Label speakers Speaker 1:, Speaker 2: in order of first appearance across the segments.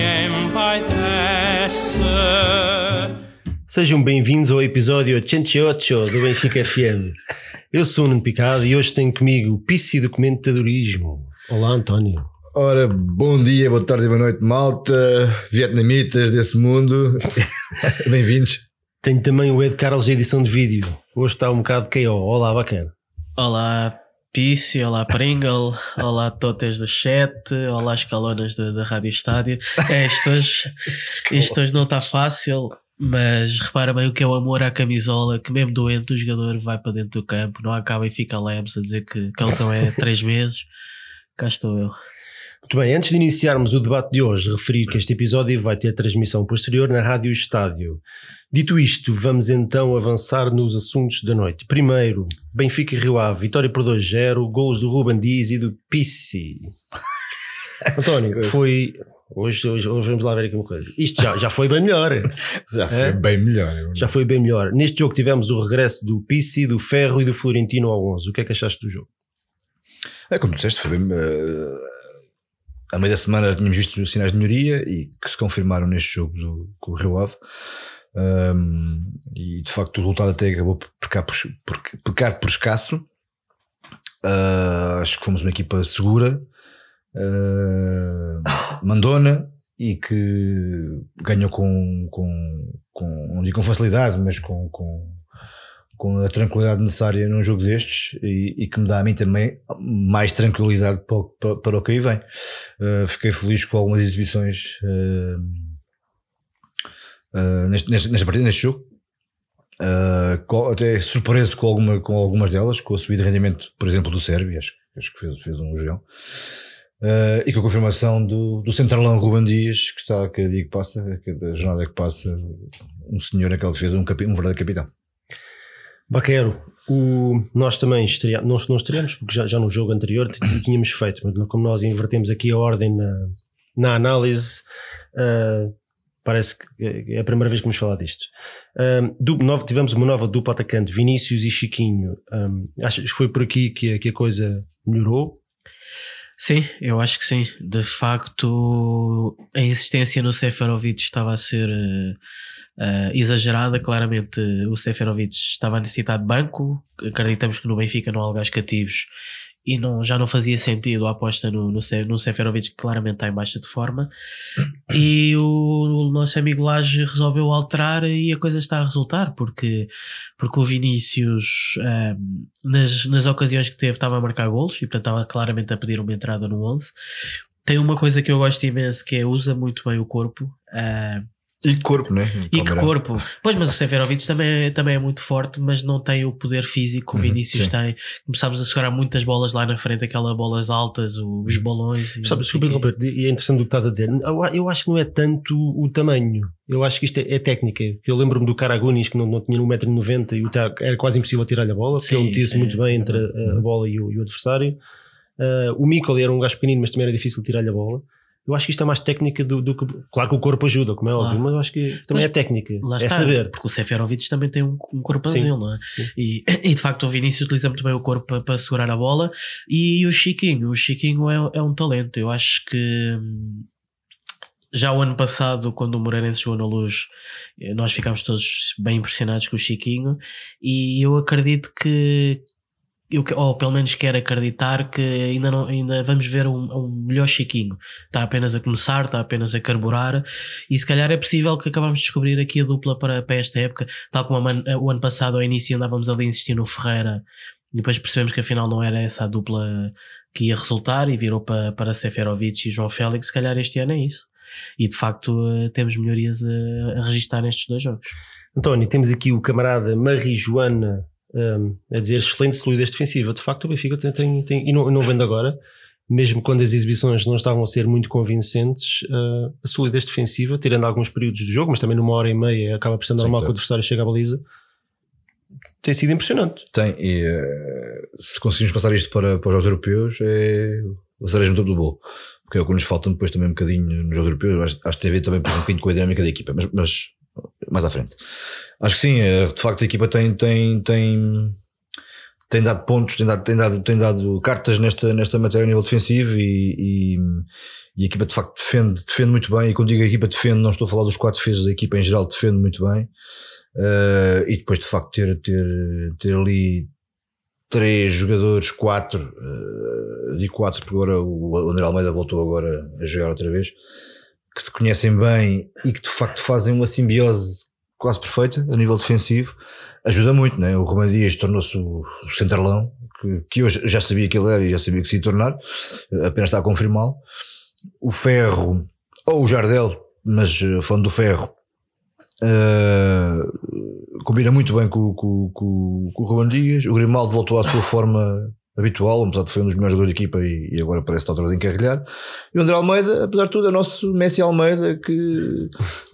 Speaker 1: quem vai desce.
Speaker 2: Sejam bem-vindos ao episódio 88 do Benfica FM. Eu sou o Nuno Picado e hoje tenho comigo o Pisci Documentadorismo. Olá, António.
Speaker 3: Ora, bom dia, boa tarde e boa noite, malta, vietnamitas desse mundo. Bem-vindos.
Speaker 2: Tenho também o Ed Carlos, edição de vídeo. Hoje está um bocado KO. Olá, bacana.
Speaker 4: Olá, Pisci, olá, Pringle, olá, totes do chat, olá, escalonas da Rádio Estádio. Isto hoje não está fácil, mas repara bem o que é o amor à camisola, que mesmo doente o jogador vai para dentro do campo, não acaba e fica Lebs a dizer que a lesão é 3 meses. Cá estou eu.
Speaker 2: Muito bem, antes de iniciarmos o debate de hoje, referir que este episódio vai ter transmissão posterior na Rádio Estádio. Dito isto, vamos então avançar nos assuntos da noite. Primeiro, Benfica e Rio Ave, vitória por 2-0, golos do Ruben Dias e do Pisci. António, foi... Hoje vamos lá ver aqui uma coisa. Isto já foi bem melhor. Já foi bem melhor. Neste jogo tivemos o regresso do Pisci, do Ferro e do Florentino ao 11. O que é que achaste do jogo?
Speaker 3: É como disseste, foi bem... A meio da semana tínhamos visto sinais de melhoria e que se confirmaram neste jogo com o Rio Ave. E de facto o resultado até acabou por pecar por escasso. Acho que fomos uma equipa segura, mandona, e que ganhou não digo com facilidade, mas com a tranquilidade necessária num jogo destes, e que me dá a mim também mais tranquilidade para o que aí vem. Fiquei feliz com algumas exibições neste jogo, até surpreso com algumas delas, com a subida de rendimento, por exemplo, do Sérvio, acho que fez um jogão, e com a confirmação do centralão Ruben Dias, que está a cada dia que passa, cada jornada que passa, um senhor naquela defesa, um verdadeiro capitão.
Speaker 2: Baquero, nós também não estreamos, porque já no jogo anterior tínhamos feito, mas como nós invertemos aqui a ordem na análise, parece que é a primeira vez que vamos falar disto. Tivemos uma nova dupla atacante, Vinícius e Chiquinho. Achas que foi por aqui que a coisa melhorou?
Speaker 4: Sim, eu acho que sim. De facto, a insistência no Seferovic estava a ser exagerada. Claramente o Seferovic estava a necessitar de banco. Acreditamos que no Benfica não há lugares cativos e já não fazia sentido a aposta no Seferovic, que claramente está em baixa de forma, e o nosso amigo Lage resolveu alterar e a coisa está a resultar, porque o Vinícius nas ocasiões que teve estava a marcar golos e portanto estava claramente a pedir uma entrada no 11. Tem uma coisa que eu gosto imenso, que é usa muito bem o corpo,
Speaker 3: e corpo, né?
Speaker 4: E que corpo. Pois, mas o Seferovic também é muito forte, mas não tem o poder físico que o Vinícius tem. Começámos a segurar muitas bolas lá na frente, aquelas bolas altas, os balões.
Speaker 2: Desculpa interromper, e é interessante o que estás a dizer. Eu acho que não é tanto o tamanho, eu acho que isto é técnica. Eu lembro-me do Caragunis, que não tinha 1,90 m e era quase impossível tirar-lhe a bola, porque ele metia-se muito bem entre a bola e o adversário. O Mikoli era um gajo pequenino, mas também era difícil tirar-lhe a bola. Eu acho que isto é mais técnica do que... Claro que o corpo ajuda, como é óbvio, mas eu acho que também é técnica, saber.
Speaker 4: Porque o Seferovic também tem um corpãozinho, não é? E de facto o Vinícius utiliza muito bem o corpo para segurar a bola. E o Chiquinho é um talento. Eu acho que já o ano passado, quando o Moreirense jogou na Luz, nós ficámos todos bem impressionados com o Chiquinho, e eu acredito que ou pelo menos quero acreditar que ainda vamos ver um melhor Chiquinho. Está apenas a começar, está apenas a carburar, e se calhar é possível que acabamos de descobrir aqui a dupla para esta época, tal como o ano passado ao início andávamos ali a insistir no Ferreira e depois percebemos que afinal não era essa a dupla que ia resultar e virou para Seferovic e João Félix. Se calhar este ano é isso, e de facto temos melhorias a registrar nestes 2 jogos.
Speaker 2: António, temos aqui o camarada Marijuana a dizer excelente solidez defensiva. De facto o Benfica tem e não vendo agora, mesmo quando as exibições não estavam a ser muito convincentes, a solidez defensiva, tirando alguns períodos do jogo, mas também numa hora e meia acaba por ser normal, claro, que o adversário chega à baliza, tem sido impressionante.
Speaker 3: Tem, e se conseguimos passar isto para os jogos europeus, é o cereja no topo do bolo, porque é o que nos falta depois também um bocadinho nos jogos europeus. Acho que tem a ver também um bocadinho com a dinâmica da equipa, mas mais à frente. Acho que sim, de facto a equipa tem tem dado pontos, tem dado cartas nesta matéria a nível defensivo e a equipa de facto defende muito bem. E quando digo a equipa defende, não estou a falar dos 4 defesas, a equipa em geral defende muito bem. E depois de facto ter ali 3 jogadores, 4, digo 4 porque agora o André Almeida voltou agora a jogar outra vez, que se conhecem bem e que de facto fazem uma simbiose quase perfeita a nível defensivo, ajuda muito, né? O Ruben Dias tornou-se o centralão, que eu já sabia que ele era e já sabia que se ia tornar, apenas está a confirmá-lo. O Ferro, ou o Jardel, mas falando do Ferro, combina muito bem com o Ruben Dias. O Grimaldo voltou à sua forma habitual, apesar de foi um dos melhores jogadores da equipa e agora parece estar outra vez a encarrilhar. E o André Almeida, apesar de tudo, é nosso Messi Almeida que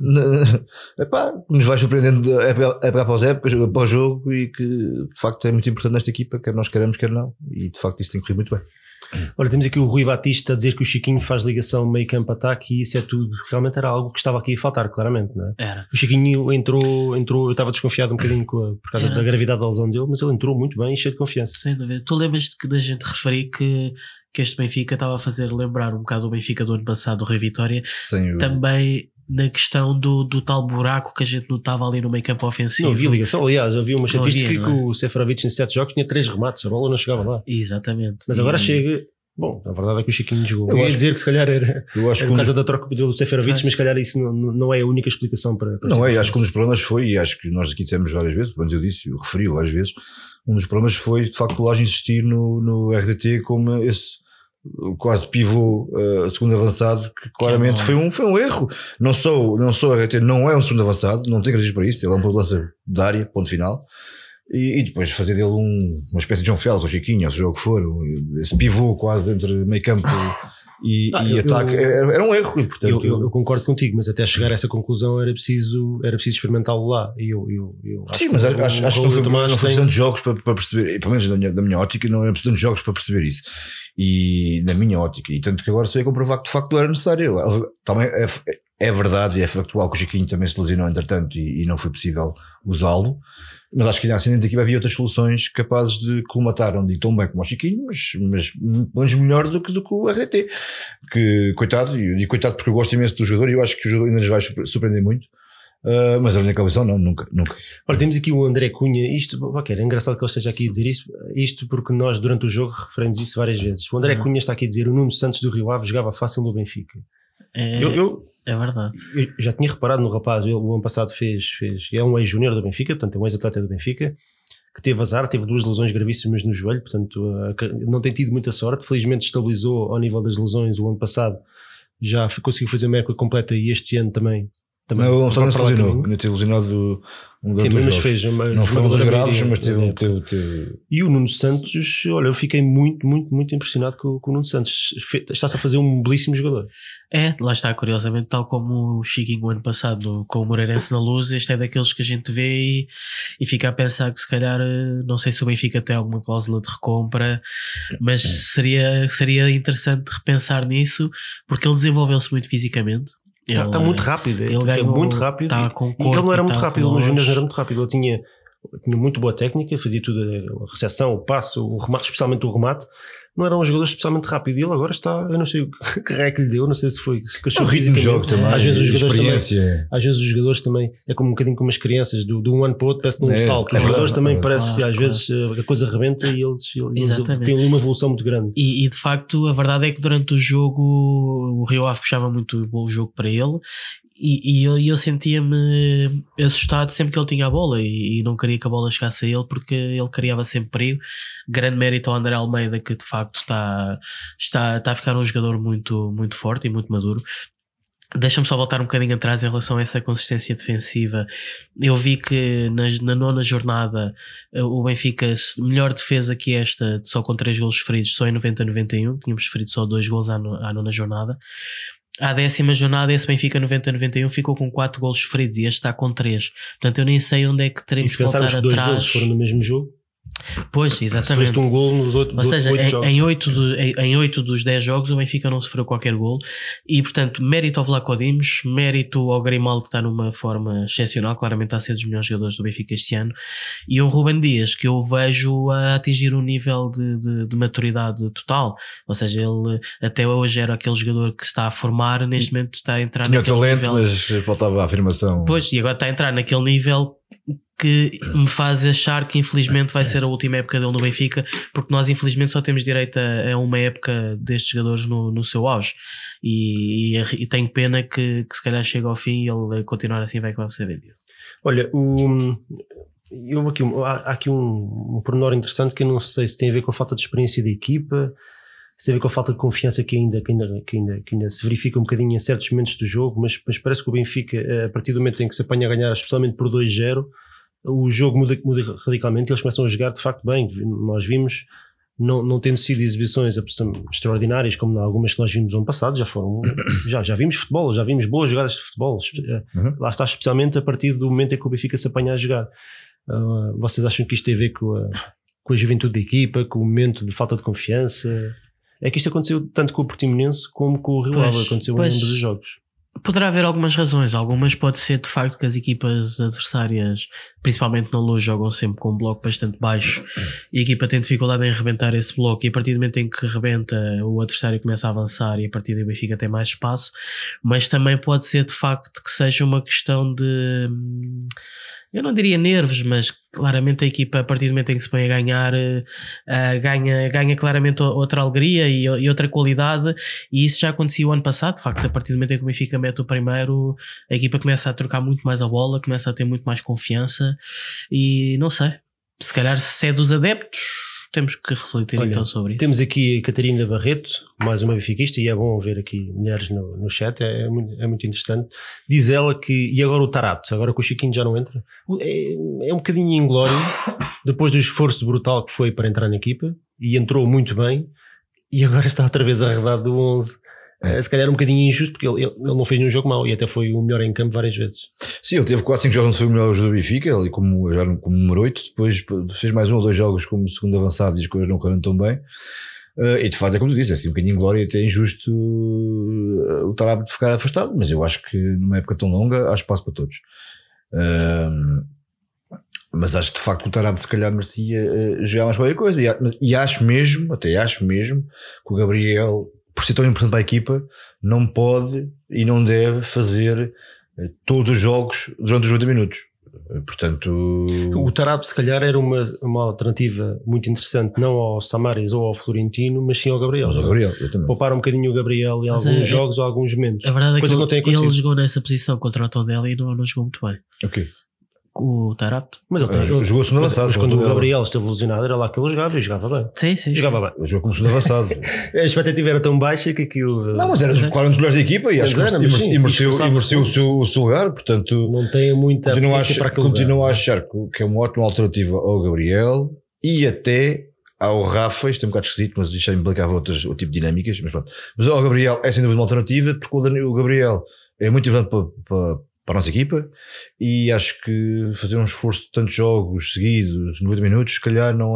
Speaker 3: nos vai surpreendendo época após época, jogo após jogo, e que de facto é muito importante nesta equipa, quer nós queremos, quer não, e de facto isso tem corrido muito bem.
Speaker 2: Olha, temos aqui o Rui Batista a dizer que o Chiquinho faz ligação meio campo-ataque e isso é tudo. Realmente era algo que estava aqui a faltar, claramente, não é?
Speaker 4: Era.
Speaker 2: O Chiquinho entrou, eu estava desconfiado um bocadinho por causa da gravidade da lesão dele, mas ele entrou muito bem e cheio de confiança.
Speaker 4: Sem dúvida. Tu lembras-te que da gente referir que este Benfica estava a fazer lembrar um bocado o Benfica do ano passado, do Rui Vitória, também na questão do tal buraco que a gente notava ali no meio campo ofensivo.
Speaker 2: Não havia ligação, aliás, havia uma estatística que o Seferovic em 7 jogos tinha 3 remates, a bola não chegava lá.
Speaker 4: Exatamente.
Speaker 2: Mas agora chega. Bom, a verdade é que o Chiquinho jogou. Eu ia dizer que se calhar era por causa da troca do Seferovic, mas se calhar isso não é a única explicação para não
Speaker 3: é, acho que um dos problemas foi, e acho que nós aqui dissemos várias vezes, pelo menos eu disse, eu referi várias vezes, um dos problemas foi de facto o Lage insistir no RDT como esse quase pivô segundo avançado, que claramente foi um erro. Não só o RDT não é um segundo avançado, não tem características para isso, ele é um lança de área, ponto final. E depois fazer dele uma espécie de João Félix ou Chiquinho, ou seja o que for, esse pivô quase entre meio campo e ataque, era um erro. E, portanto,
Speaker 2: eu concordo contigo, mas até chegar a essa conclusão era preciso experimentá-lo lá. E eu
Speaker 3: sim, mas acho que não foi preciso de jogos para perceber, pelo menos da minha ótica, não era preciso de jogos para perceber isso. E na minha ótica, e tanto que agora se veio comprovar que de facto era necessário. Também é verdade e é factual que o Chiquinho também se lesionou entretanto e não foi possível usá-lo. Mas acho que ainda assim dentro da equipa havia outras soluções capazes de colmatar, não digo tão bem como o Chiquinho, mas melhor do que o RDT. Que, coitado, e eu digo coitado porque eu gosto imenso do jogador e eu acho que o jogador ainda nos vai surpreender muito. Mas a única visão, não, nunca.
Speaker 2: Olha, temos aqui o André Cunha. É engraçado que ele esteja aqui a dizer isto porque nós durante o jogo referimos isso várias vezes. O André Cunha está aqui a dizer o Nuno Santos do Rio Ave jogava fácil no Benfica.
Speaker 4: É verdade.
Speaker 2: Eu já tinha reparado no rapaz, ele o ano passado fez é um ex-júnior do Benfica, portanto é um ex-atleta do Benfica, que teve azar, teve 2 lesões gravíssimas no joelho, portanto não tem tido muita sorte, felizmente estabilizou ao nível das lesões o ano passado, já conseguiu fazer uma época completa e este ano também
Speaker 3: não, o Gonçalo se lesionou, ainda teve lesionado
Speaker 2: mas fez
Speaker 3: não foram dos graves, mas teve.
Speaker 2: E o Nuno Santos, olha, eu fiquei muito, muito, muito impressionado com o Nuno Santos. Está-se a fazer um belíssimo jogador.
Speaker 4: Lá está, curiosamente, tal como o Chiquinho ano passado com o Moreirense na Luz, este é daqueles que a gente vê e fica a pensar que se calhar, não sei se o Benfica tem alguma cláusula de recompra, mas seria interessante repensar nisso, porque ele desenvolveu-se muito fisicamente.
Speaker 2: Está muito rápido, ele é muito rápido.
Speaker 4: E
Speaker 2: ele não era muito rápido, ele no Júnior não era muito rápido, ele tinha muito boa técnica, fazia tudo, a recepção, o passe, o remate, especialmente o remate. Não era um jogador especialmente rápido e ele agora está, eu não sei o que é que lhe deu, não sei se foi
Speaker 3: o ritmo de jogo também,
Speaker 2: às vezes os jogadores também é como um bocadinho como as crianças, de um ano para o outro parece um salto, os jogadores também parece que às vezes a coisa rebenta e eles têm uma evolução muito grande
Speaker 4: e de facto a verdade é que durante o jogo o Rio Ave puxava muito o jogo para ele e eu sentia-me assustado sempre que ele tinha a bola e não queria que a bola chegasse a ele porque ele criava sempre perigo. Grande mérito ao André Almeida, que de facto está a ficar um jogador muito, muito forte e muito maduro. Deixa-me só voltar um bocadinho atrás em relação a essa consistência defensiva. Eu vi que na 9ª jornada o Benfica, melhor defesa que esta, só com 3 golos sofridos, só em 90-91, tínhamos sofrido só 2 golos à 9ª jornada. À 10ª jornada esse Benfica 90-91 ficou com 4 golos sofridos e este está com 3. Portanto eu nem sei onde é que teremos que voltar atrás.
Speaker 2: E se pensarmos que 2 deles foram no mesmo jogo?
Speaker 4: Pois, exatamente.
Speaker 2: Sofreste um gol nos outros 8 jogos.
Speaker 4: Em 8 dos 10 jogos o Benfica não sofreu qualquer gol e, portanto, mérito ao Vlaco Dimos, mérito ao Grimaldo, que está numa forma excepcional, claramente está a ser dos melhores jogadores do Benfica este ano, e ao Ruben Dias, que eu vejo a atingir um nível de maturidade total, ou seja, ele até hoje era aquele jogador que se está a formar, neste momento está a entrar
Speaker 3: naquele talento,
Speaker 4: nível,
Speaker 3: mas faltava a afirmação.
Speaker 4: Pois, e agora está a entrar naquele nível que me faz achar que infelizmente vai ser a última época dele no Benfica, porque nós infelizmente só temos direito a uma época destes jogadores no seu auge, e tenho pena que se calhar chega ao fim e ele continuar assim vai ser vendido.
Speaker 2: Olha, há aqui um pormenor interessante que eu não sei se tem a ver com a falta de experiência da equipa, se tem a ver com a falta de confiança que ainda se verifica um bocadinho em certos momentos do jogo, mas parece que o Benfica, a partir do momento em que se apanha a ganhar, especialmente por 2-0, o jogo muda radicalmente e eles começam a jogar de facto bem. Nós vimos, não tendo sido exibições extraordinárias como algumas que nós vimos no ano passado, já vimos futebol, já vimos boas jogadas de futebol, lá está, especialmente a partir do momento em que o Benfica se apanha a jogar. Vocês acham que isto tem a ver com a juventude da equipa, com o momento de falta de confiança? É que isto aconteceu tanto com o Portimonense como com o Rio Ave, aconteceu em ambos os jogos.
Speaker 4: Poderá haver algumas razões, algumas pode ser de facto que as equipas adversárias, principalmente na Luz, jogam sempre com um bloco bastante baixo e a equipa tem dificuldade em arrebentar esse bloco, e a partir do momento em que rebenta o adversário começa a avançar e a partir daí o Benfica tem mais espaço, mas também pode ser de facto que seja uma questão de, eu não diria nervos, mas claramente a equipa, a partir do momento em que se põe a ganhar, ganha claramente outra alegria e outra qualidade, e isso já acontecia o ano passado. De facto, a partir do momento em que o Benfica mete o primeiro, a equipa começa a trocar muito mais a bola, começa a ter muito mais confiança, e não sei, se calhar se é dos adeptos, temos que refletir. Olha, então sobre isso.
Speaker 2: Temos aqui a Catarina Barreto, mais uma benfiquista, e é bom ver aqui mulheres no chat, é muito interessante. Diz ela que, e agora o Taarabt, agora que o Chiquinho já não entra, é um bocadinho inglório, depois do esforço brutal que foi para entrar na equipa, e entrou muito bem, e agora está outra vez arredado do 11. Se calhar um bocadinho injusto, porque ele não fez nenhum jogo mau e até foi o melhor em campo várias vezes.
Speaker 3: Sim, ele teve 4-5 jogos onde foi o melhor jogador do Benfica, ali como número 8, depois fez mais 1 ou 2 jogos como segundo avançado e as coisas não correram tão bem. E de facto é como tu dizes, é assim um bocadinho inglório e até injusto o Taarabt ficar afastado, mas eu acho que numa época tão longa há espaço para todos. Mas acho que de facto o Taarabt se calhar merecia jogar mais qualquer coisa, e acho mesmo que o Gabriel, por ser tão importante para a equipa, não pode e não deve fazer todos os jogos durante os 90 minutos. Portanto,
Speaker 2: o Taarabt se calhar era uma alternativa muito interessante, não ao Samaris ou ao Florentino, mas sim ao Gabriel.
Speaker 3: Mas ao Gabriel,
Speaker 2: poupar um bocadinho o Gabriel em alguns jogos ou alguns momentos.
Speaker 4: A verdade é que ele jogou nessa posição contra o Tondela e não jogou muito bem.
Speaker 3: Ok.
Speaker 4: O Taarabt.
Speaker 2: Mas ele jogou segundo avançado. Mas quando o Gabriel esteve lesionado, era lá que ele jogava e jogava bem.
Speaker 4: Sim.
Speaker 2: Jogava bem.
Speaker 3: Ele jogou como segundo avançado.
Speaker 2: A expectativa era tão baixa que aquilo.
Speaker 3: Não, mas era claramente um dos melhores da equipa e acho que mereceu o seu lugar. Portanto,
Speaker 2: não tem muita apetência para aquele lugar.
Speaker 3: Continuo a achar que é uma ótima alternativa ao Gabriel e até ao Rafa. Isto é um bocado esquisito, mas isto já implicava outro tipo de dinâmicas. Mas pronto. Mas ao Gabriel é sem dúvida uma alternativa, porque o Gabriel é muito importante para a nossa equipa, e acho que fazer um esforço de tantos jogos seguidos, 90 minutos, se calhar não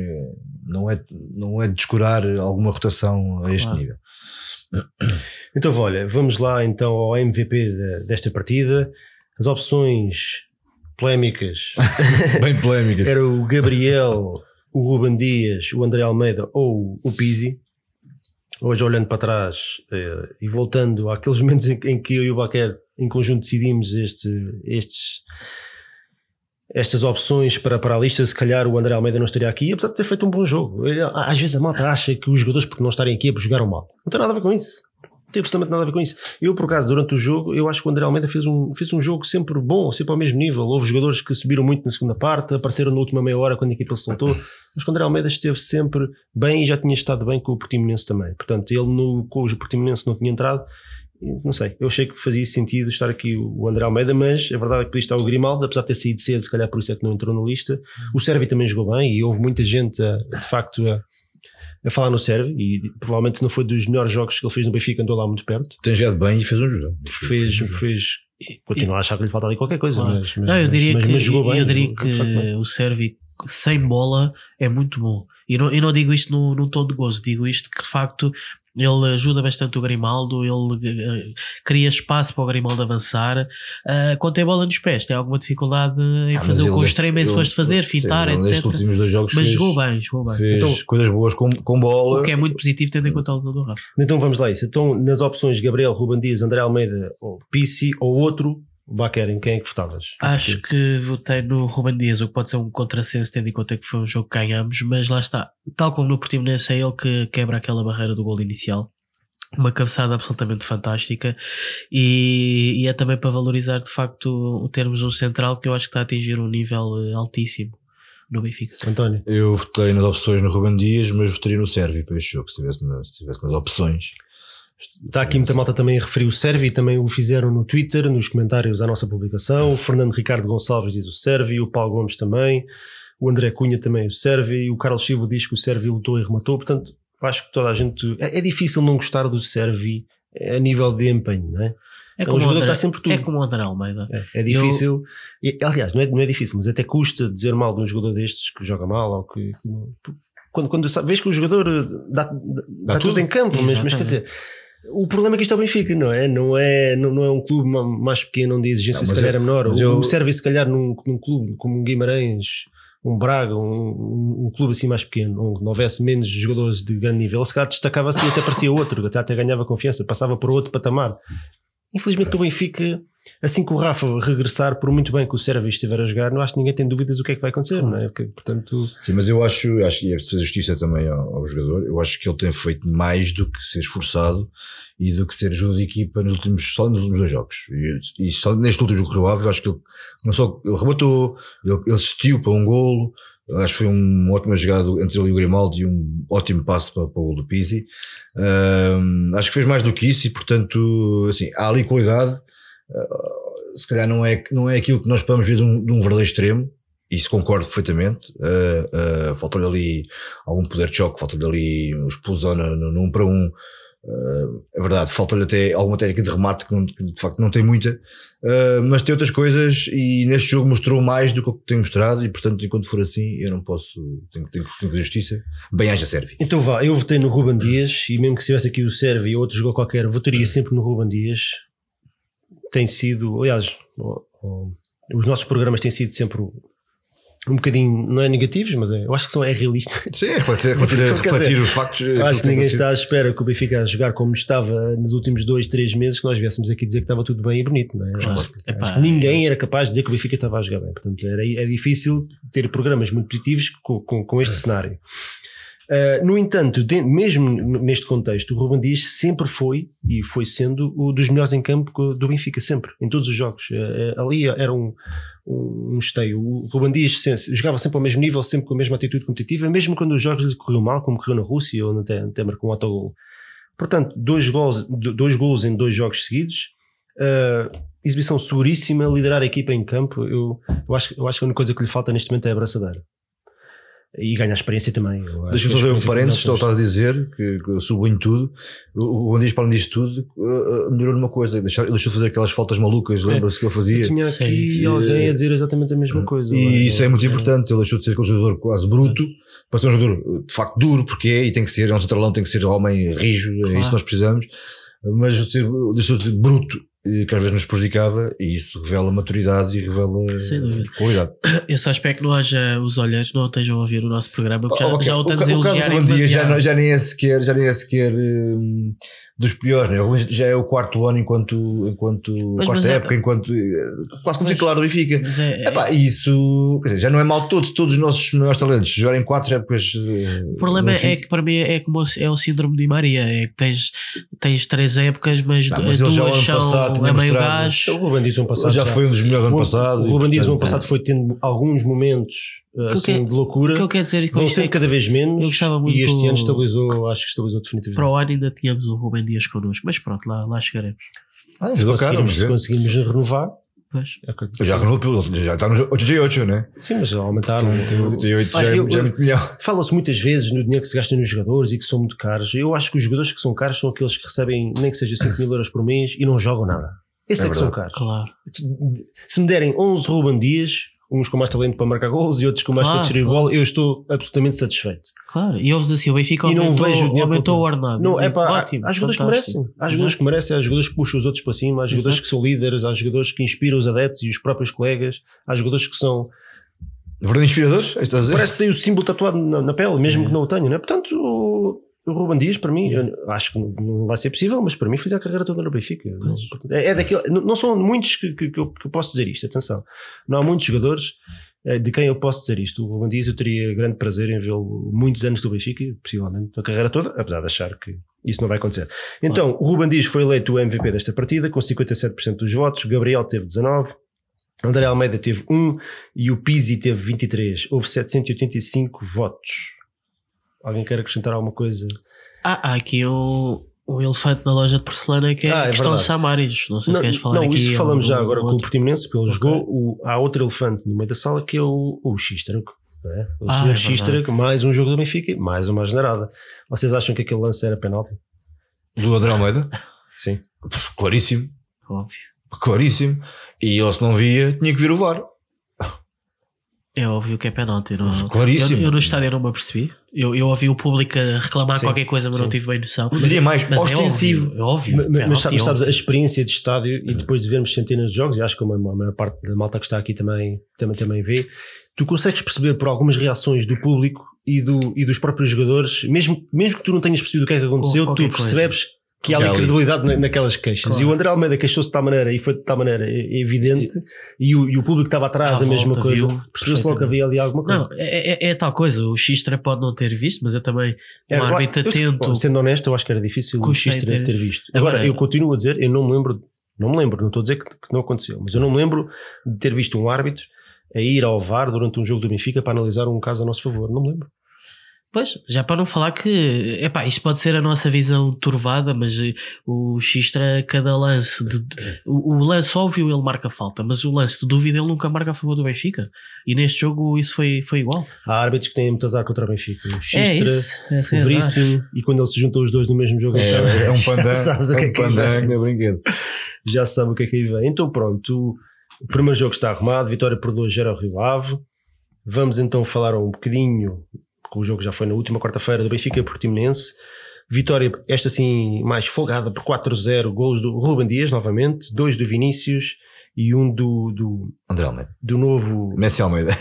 Speaker 3: é descurar alguma rotação a este nível.
Speaker 2: Então olha, vamos lá então ao MVP desta partida. As opções polémicas
Speaker 3: bem polémicas
Speaker 2: era o Gabriel, o Ruben Dias, o André Almeida ou o Pizzi. Hoje, olhando para trás e voltando àqueles momentos em que eu e o Baquer em conjunto decidimos estas opções para a lista, se calhar o André Almeida não estaria aqui, apesar de ter feito um bom jogo. Às vezes a malta acha que os jogadores, por não estarem aqui, jogaram mal. Não tem nada a ver com isso. Não tem absolutamente nada a ver com isso. Eu, por acaso, durante o jogo, eu acho que o André Almeida fez um jogo sempre bom, sempre ao mesmo nível. Houve jogadores que subiram muito na segunda parte, apareceram na última meia hora quando a equipa se soltou, mas o André Almeida esteve sempre bem e já tinha estado bem com o Portimonense também. Portanto, ele com o Portimonense não tinha entrado. Não sei, eu achei que fazia sentido estar aqui o André Almeida, mas a verdade é que podia estar o Grimaldo, apesar de ter saído cedo, se calhar por isso é que não entrou na lista. O Sérvio também jogou bem e houve muita gente de facto a falar no Sérvio, e provavelmente se não foi dos melhores jogos que ele fez no Benfica, andou lá muito perto.
Speaker 3: Tem jogado bem e fez um jogo.
Speaker 2: Fez continuo a achar que lhe falta ali qualquer coisa,
Speaker 4: claro.
Speaker 2: mas jogou bem.
Speaker 4: Eu diria que o Sérvio, sem bola é muito bom. E não digo isto num tom de gozo, digo isto que de facto ele ajuda bastante o Grimaldo, ele cria espaço para o Grimaldo avançar. Quando tem bola nos pés, tem alguma dificuldade em fazer o que o extremo é suposto fazer, fintar, etc.
Speaker 3: Nestes últimos 2 jogos
Speaker 4: mas jogou bem.
Speaker 3: Fez então, coisas boas com bola.
Speaker 4: O que é muito positivo tendo em conta a lesão do Rafa.
Speaker 2: Então vamos lá isso. Então nas opções Gabriel, Ruben Dias, André Almeida ou Pissi ou outro, Baquer, em quem é que vostavas?
Speaker 4: Acho que votei no Ruben Dias, o que pode ser um contrassenso tendo em conta que foi um jogo que ganhamos, mas lá está, tal como no Portimonense é ele que quebra aquela barreira do gol inicial, uma cabeçada absolutamente fantástica, e é também para valorizar de facto o termos um central que eu acho que está a atingir um nível altíssimo no Benfica.
Speaker 2: António?
Speaker 3: Eu votei nas opções no Ruben Dias, mas votaria no Sérvio para este jogo, se tivesse nas opções.
Speaker 2: Está aqui muita malta também a referir o Sérvio e também o fizeram no Twitter, nos comentários à nossa publicação. O Fernando Ricardo Gonçalves diz o Sérvio, o Paulo Gomes também, o André Cunha também o Sérvio, e o Carlos Silva diz que o Sérvio lutou e rematou. Portanto, acho que toda a gente... É difícil não gostar do Sérvio a nível de empenho, não é?
Speaker 4: É como
Speaker 2: um jogador que está sempre tudo.
Speaker 4: É como o André Almeida.
Speaker 2: É difícil. Aliás, não é difícil, mas até custa dizer mal de um jogador destes que joga mal ou que... Quando vês que o jogador dá tudo em campo, mas quer dizer... O problema é que isto é o Benfica, não é? Não é um clube mais pequeno onde a exigência se calhar é menor. O Sérvio, se calhar, num clube como um Guimarães, um Braga, um clube assim mais pequeno, onde não houvesse menos jogadores de grande nível, se calhar destacava-se e até parecia outro, até ganhava confiança, passava para outro patamar. Infelizmente, o Benfica, assim que o Rafa regressar, por muito bem que o Sérvio estiver a jogar, não acho que ninguém tem dúvidas do que é que vai acontecer, não é? Porque, portanto...
Speaker 3: Sim, mas eu acho que é preciso justiça também ao jogador. Eu acho que ele tem feito mais do que ser esforçado e do que ser ajuda de equipa só nos últimos 2 jogos. E só neste último jogo que eu acho que ele não só ele rematou, ele assistiu para um golo. Acho que foi uma ótima jogada entre ele e o Grimaldo e um ótimo passo para o gol do Pizzi. Acho que fez mais do que isso e, portanto, assim, há ali qualidade. Se calhar não é aquilo que nós podemos ver de um verdadeiro extremo. Isso concordo perfeitamente. Falta-lhe ali algum poder de choque, falta-lhe ali uma explosão no 1 para 1. É verdade, falta-lhe até alguma técnica de remate que de facto não tem muita, mas tem outras coisas e neste jogo mostrou mais do que o que tem mostrado e portanto enquanto for assim eu não posso, tenho que fazer justiça. Bem haja Sérvio.
Speaker 2: Então vá, eu votei no Ruben Dias e mesmo que se tivesse aqui o Sérvio ou outro jogo qualquer, votaria sempre no Ruben Dias. Tem sido, aliás, os nossos programas têm sido sempre um bocadinho, não é negativos, mas eu acho que é realista.
Speaker 3: Sim, é refletir os factos.
Speaker 2: Acho que ninguém está à espera que o Benfica a jogar como estava nos últimos 2-3 meses, que nós viéssemos aqui dizer que estava tudo bem e bonito, não é? Acho que ninguém era capaz de dizer que o Benfica estava a jogar bem. Portanto, é difícil ter programas muito positivos com este cenário. No entanto, mesmo neste contexto, o Ruben Dias sempre foi e foi sendo o dos melhores em campo do Benfica, sempre, em todos os jogos. Ali era um esteio. O Ruben Dias jogava sempre ao mesmo nível, sempre com a mesma atitude competitiva, mesmo quando os jogos lhe corriam mal, como correu na Rússia ou até marcou um autogol. Portanto, 2 golos em 2 jogos seguidos, exibição seguríssima, liderar a equipa em campo. Eu acho que a única coisa que lhe falta neste momento é a abraçadeira. E ganha a experiência também.
Speaker 3: Deixa-me fazer um parênteses, estás a dizer que eu sublinho tudo. O Andias, para além disto tudo, melhorou numa coisa, deixou de fazer aquelas faltas malucas, lembra-se que ele fazia.
Speaker 2: Tinha aqui alguém a dizer exatamente a mesma coisa.
Speaker 3: E isso é muito importante. Ele deixou de ser aquele jogador quase bruto para ser um jogador de facto duro, porque e tem que ser, é um centralão, tem que ser homem rijo, é isso que nós precisamos, mas deixou de ser bruto, que às vezes nos prejudicava, e isso revela maturidade e revela qualidade.
Speaker 4: Eu só espero que não haja os olheiros não estejam a ouvir o nosso programa, porque já o estamos a elogiar.
Speaker 3: O dia já nem é sequer dos piores, né? Já é o 4º ano enquanto quarta época, enquanto quase como titular do Benfica. Isso, quer dizer, já não é mal todos os nossos melhores talentos jogarem 4 épocas.
Speaker 4: O problema é que para mim é como é o síndrome de Maria, é que tens 3 épocas, mas 2 são a meio gás.
Speaker 2: O Ruben Dias ano passado
Speaker 3: já foi um dos melhores ano passado.
Speaker 2: O Ruben Dias ano passado foi tendo alguns momentos assim, de loucura,
Speaker 4: que eu quero dizer,
Speaker 2: vão sendo cada vez menos, e este ano estabilizou, acho que estabilizou definitivamente.
Speaker 4: Para o ano ainda tínhamos o Ruben Dias connosco, mas pronto, lá chegaremos.
Speaker 2: Se conseguimos renovar,
Speaker 3: já renovou, já está nos 88, né?
Speaker 2: Sim, mas aumentaram.
Speaker 3: 88 já é muito melhor.
Speaker 2: Fala-se muitas vezes no dinheiro que se gasta nos jogadores e que são muito caros. Eu acho que os jogadores que são caros são aqueles que recebem nem que seja 5.000 euros por mês e não jogam nada. Esses é que são caros.
Speaker 4: Claro.
Speaker 2: Se me derem 11 Ruben Dias, uns com mais talento para marcar golos e outros com mais para distribuir bola. Eu estou absolutamente satisfeito.
Speaker 4: Claro, e ouves assim, o Benfica aumentou o ordenado.
Speaker 2: Não, ótimo, há jogadores que merecem. Há jogadores que merecem, há jogadores que puxam os outros para cima, há jogadores que são líderes, há jogadores que inspiram os adeptos e os próprios colegas, há jogadores que são
Speaker 3: verdade inspiradores.
Speaker 2: Parece que tem o símbolo tatuado na pele, mesmo que não o tenha, não é? Portanto, o Ruben Dias, para mim, eu acho que não vai ser possível, mas para mim fiz a carreira toda no Benfica. Não são muitos que eu posso dizer isto, atenção. Não há muitos jogadores de quem eu posso dizer isto. O Ruben Dias, eu teria grande prazer em vê-lo muitos anos do Benfica, possivelmente a carreira toda, apesar de achar que isso não vai acontecer. Então, o Ruben Dias foi eleito o MVP desta partida, com 57% dos votos, Gabriel teve 19%, André Almeida teve 1 e o Pizzi teve 23. Houve 785 votos. Alguém quer acrescentar alguma coisa?
Speaker 4: Há aqui um elefante na loja de porcelana que é a questão de Samaris. Não sei se queres falar aqui.
Speaker 2: Não, isso falamos já agora com o Portimonense, porque ele jogou. Há outro elefante no meio da sala que é o Xistra. É? O senhor Xistra, mais um jogo do Benfica, mais uma generada. Vocês acham que aquele lance era penalti?
Speaker 3: Do André Almeida?
Speaker 2: Sim.
Speaker 3: Claríssimo.
Speaker 4: Óbvio.
Speaker 3: Claríssimo. E ele, se não via, tinha que vir o VAR.
Speaker 4: É óbvio que é penalti.
Speaker 3: Claríssimo.
Speaker 4: Eu no estádio não me apercebi. Eu ouvi o público a reclamar qualquer coisa, mas não tive bem noção.
Speaker 3: Eu diria mais ostensivo.
Speaker 4: É óbvio.
Speaker 2: Mas sabes, a experiência de estádio e depois de vermos centenas de jogos, e acho que a maior parte da malta que está aqui também vê, tu consegues perceber por algumas reações do público e dos próprios jogadores, mesmo que tu não tenhas percebido o que é que aconteceu, tu percebes que há ali credibilidade naquelas queixas. Claro. E o André Almeida queixou-se de tal maneira, e foi de tal maneira evidente, e o público que estava atrás a mesma coisa, percebeu-se logo que havia ali alguma coisa.
Speaker 4: Não, é tal coisa, o Xistra pode não ter visto, mas eu também, árbitro atento.
Speaker 2: Sendo honesto, eu acho que era difícil o Xistra ter visto. Agora, eu continuo a dizer, eu não me lembro, não estou a dizer que não aconteceu, mas eu não me lembro de ter visto um árbitro a ir ao VAR durante um jogo do Benfica para analisar um caso a nosso favor, não me lembro.
Speaker 4: Pois, já para não falar que isto pode ser a nossa visão turvada, mas o Xistra, cada lance o lance óbvio ele marca falta, mas o lance de dúvida ele nunca marca a favor do Benfica, e neste jogo isso foi igual.
Speaker 2: Há árbitros que têm muito azar contra o Benfica, o Xistra, o Veríssimo, e quando ele se juntou os dois no mesmo jogo
Speaker 3: é um pandan,
Speaker 2: sabes o que é
Speaker 3: pandan, brinquedo.
Speaker 2: Já sabe o que é que aí vem. Então pronto, o primeiro jogo está arrumado, vitória por 2-0 ao Rio Ave. Vamos então falar um bocadinho, porque o jogo já foi na última quarta-feira, do Benfica Portimonense. Vitória, esta assim mais folgada, por 4-0, golos do Ruben Dias novamente, 2 do Vinícius e um do
Speaker 3: André Almeida,
Speaker 2: do novo
Speaker 3: Messi Almeida,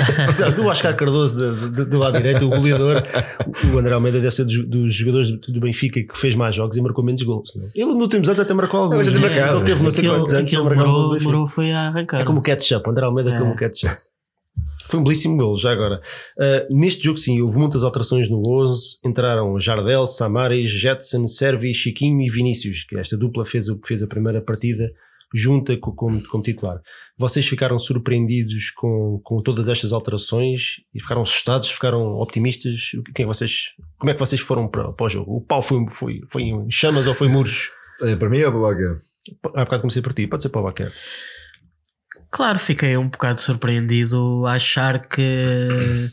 Speaker 2: do Oscar Cardoso do lado direito, o goleador. O André Almeida deve ser dos jogadores do Benfica que fez mais jogos e marcou menos golos, não? Ele nos últimos anos até marcou alguns, ele teve não sei quantos anos,
Speaker 4: demorou foi a arrancar.
Speaker 2: É como o ketchup, o André Almeida como o ketchup. Foi um belíssimo golo, já agora. Neste jogo, sim, houve muitas alterações no 11. Entraram Jardel, Samaris, Jetson, Servi, Chiquinho e Vinícius, que esta dupla fez a primeira partida junta como titular. Vocês ficaram surpreendidos com todas estas alterações e ficaram assustados, ficaram optimistas? Como é que vocês foram para o jogo? O pau foi em chamas ou foi muros?
Speaker 3: Para mim é para o Baquer.
Speaker 2: Há bocado comecei por ti, pode ser para o Baquer.
Speaker 4: Claro, fiquei um bocado surpreendido a achar que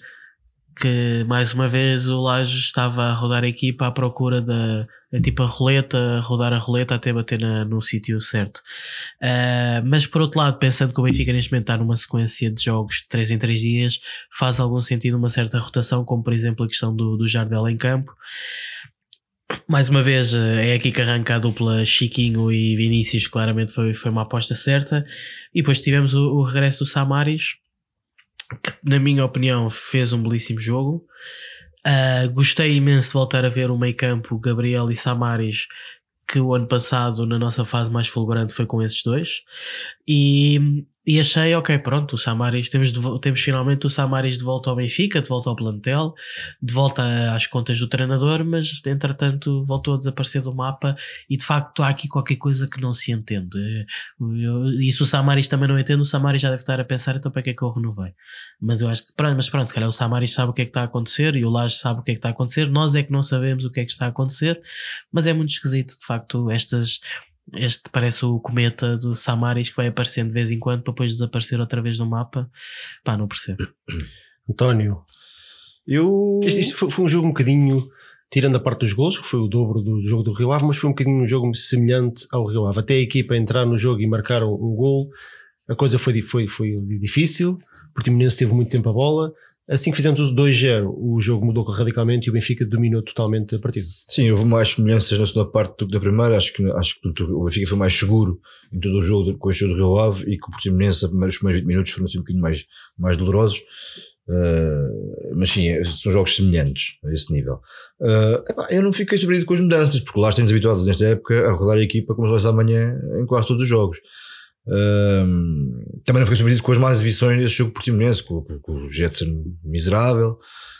Speaker 4: mais uma vez o Laje estava a rodar a equipa à procura tipo a roleta, rodar a roleta até bater no sítio certo. Mas por outro lado, pensando que o Benfica neste momento está numa sequência de jogos de 3 em 3 dias, faz algum sentido uma certa rotação, como por exemplo a questão do Jardel em campo. Mais uma vez é aqui que arranca a dupla Chiquinho e Vinícius, claramente foi uma aposta certa. E depois tivemos o regresso do Samaris, que na minha opinião fez um belíssimo jogo. Gostei imenso de voltar a ver o meio campo Gabriel e Samaris, que o ano passado na nossa fase mais fulgurante foi com esses dois. E achei, ok, pronto, o Samaris, temos finalmente o Samaris de volta ao Benfica, de volta ao plantel, de volta às contas do treinador, mas entretanto voltou a desaparecer do mapa e de facto há aqui qualquer coisa que não se entende. Isso o Samaris também não entende, o Samaris já deve estar a pensar, então para que é que eu renovei? Mas eu acho que, mas pronto, se calhar o Samaris sabe o que é que está a acontecer e o Laje sabe o que é que está a acontecer, nós é que não sabemos o que é que está a acontecer, mas é muito esquisito, de facto, este parece o cometa do Samaris que vai aparecendo de vez em quando para depois desaparecer outra vez no mapa. Pá, não percebo.
Speaker 2: António, isto foi um jogo um bocadinho, tirando a parte dos golos, que foi o dobro do jogo do Rio Ave, mas foi um bocadinho um jogo semelhante ao Rio Ave. Até a equipa entrar no jogo e marcar um golo, a coisa foi difícil. o Portimonense teve muito tempo a bola. Assim que fizemos o 2-0, o jogo mudou radicalmente e o Benfica dominou totalmente a partida.
Speaker 3: Sim, houve mais semelhanças na segunda parte do que na primeira. Acho que o Benfica foi mais seguro em todo o jogo com o jogo do Rio Ave, e que o Portimonense, os primeiros 20 minutos foram assim um bocadinho mais dolorosos. Mas sim, são jogos semelhantes a esse nível. Eu não fiquei surpreendido com as mudanças, porque lá temos habituado nesta época a rodar a equipa como se fosse amanhã em quase todos os jogos. Também não fiquei surpreendido com as más exibições desse jogo Portimonense, com o Jetson miserável.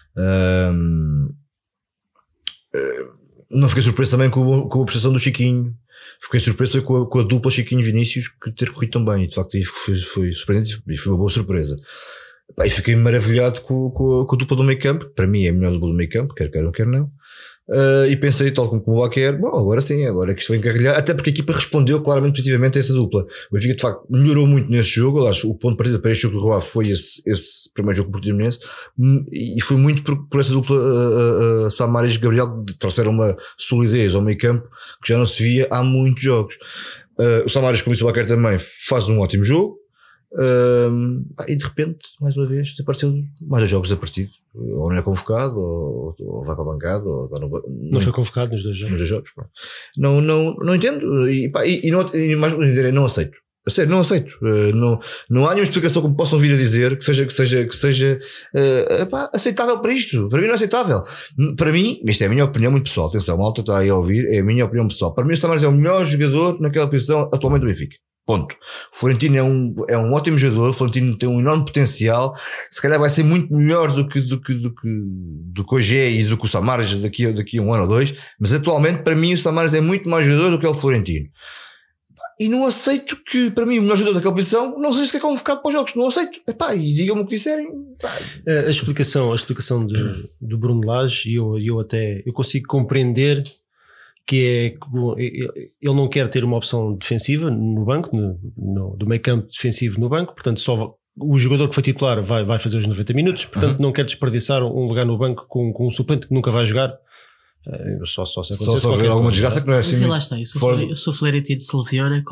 Speaker 3: Não fiquei surpreso também com a prestação do Chiquinho. Fiquei surpreso com a dupla Chiquinho-Vinícius que ter corrido tão bem, e de facto foi surpreendente e foi uma boa surpresa. E fiquei maravilhado com a dupla do meio campo, que para mim é a melhor dupla do meio campo, quer queiram, quer não. E pensei, tal como o Baquer, bom, agora sim, agora é que isto foi encarrilhar, até porque a equipa respondeu claramente positivamente a essa dupla. O Benfica de facto melhorou muito nesse jogo. Aliás, o ponto de partida para este jogo do Rio Ave foi esse primeiro jogo com o Portimonense, e foi muito por essa dupla Samaris e Gabriel, que trouxeram uma solidez ao meio campo que já não se via há muitos jogos. O Samaris, como disse o Baquer, também faz um ótimo jogo. E de repente, mais uma vez, desapareceu. Mais jogos desaparecido, ou não é convocado, ou vai para a bancada, ou
Speaker 2: não foi convocado nos dois jogos.
Speaker 3: Não entendo, e mais não aceito. A sério, não aceito. Não há nenhuma explicação que me possam vir a dizer que seja aceitável para isto. Para mim não é aceitável. Para mim, isto é a minha opinião muito pessoal. Atenção, malta está aí a ouvir, é a minha opinião pessoal. Para mim o Samaris é o melhor jogador naquela posição atualmente do Benfica. Ponto. O Florentino é um ótimo jogador. O Florentino tem um enorme potencial. Se calhar vai ser muito melhor do que hoje é, e do que o Samaris daqui a um ano ou dois. Mas atualmente, para mim, o Samaris é muito mais jogador do que é o Florentino. E não aceito que, para mim, o melhor jogador daquela posição não seja sequer convocado para os jogos. Não aceito. E digam-me o que disserem.
Speaker 2: A explicação do Bruno Lage, eu consigo compreender que é que ele não quer ter uma opção defensiva no banco, do meio campo defensivo no banco, portanto só o jogador que foi titular vai fazer os 90 minutos, portanto não quer desperdiçar um lugar no banco com um suplente que nunca vai jogar. Só se acontecer
Speaker 3: só ver alguma desgraça que não é assim.
Speaker 4: Mas lá está, se o Florentino se lesiona,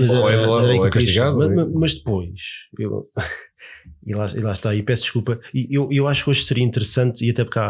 Speaker 2: mas depois e lá está, e peço desculpa, e eu acho que hoje seria interessante, e até porque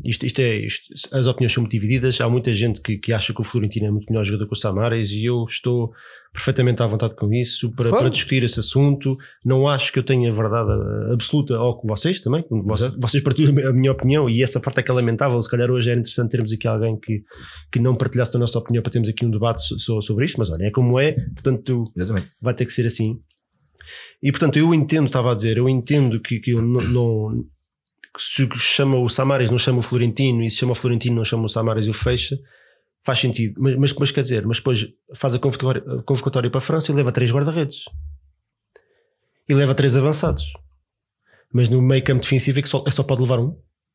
Speaker 2: as opiniões são muito divididas. Há muita gente que acha que o Florentino é muito melhor jogador que o Samaris, e eu estou perfeitamente à vontade com isso para discutir esse assunto. Não acho que eu tenha verdade absoluta, ou com vocês também, vocês partilham a minha opinião, e essa parte é que é lamentável. Se calhar hoje era interessante termos aqui alguém que não partilhasse a nossa opinião para termos aqui um debate sobre isto, mas olha, é como é, portanto vai ter que ser assim. E portanto eu entendo que eu não se chama o Samaris não chama o Florentino, e se chama o Florentino não chama o Samaris e o fecha, faz sentido, mas quer dizer, mas depois faz a convocatória para a França e leva 3 guarda-redes e leva 3 avançados, mas no meio campo defensivo é que só pode levar um.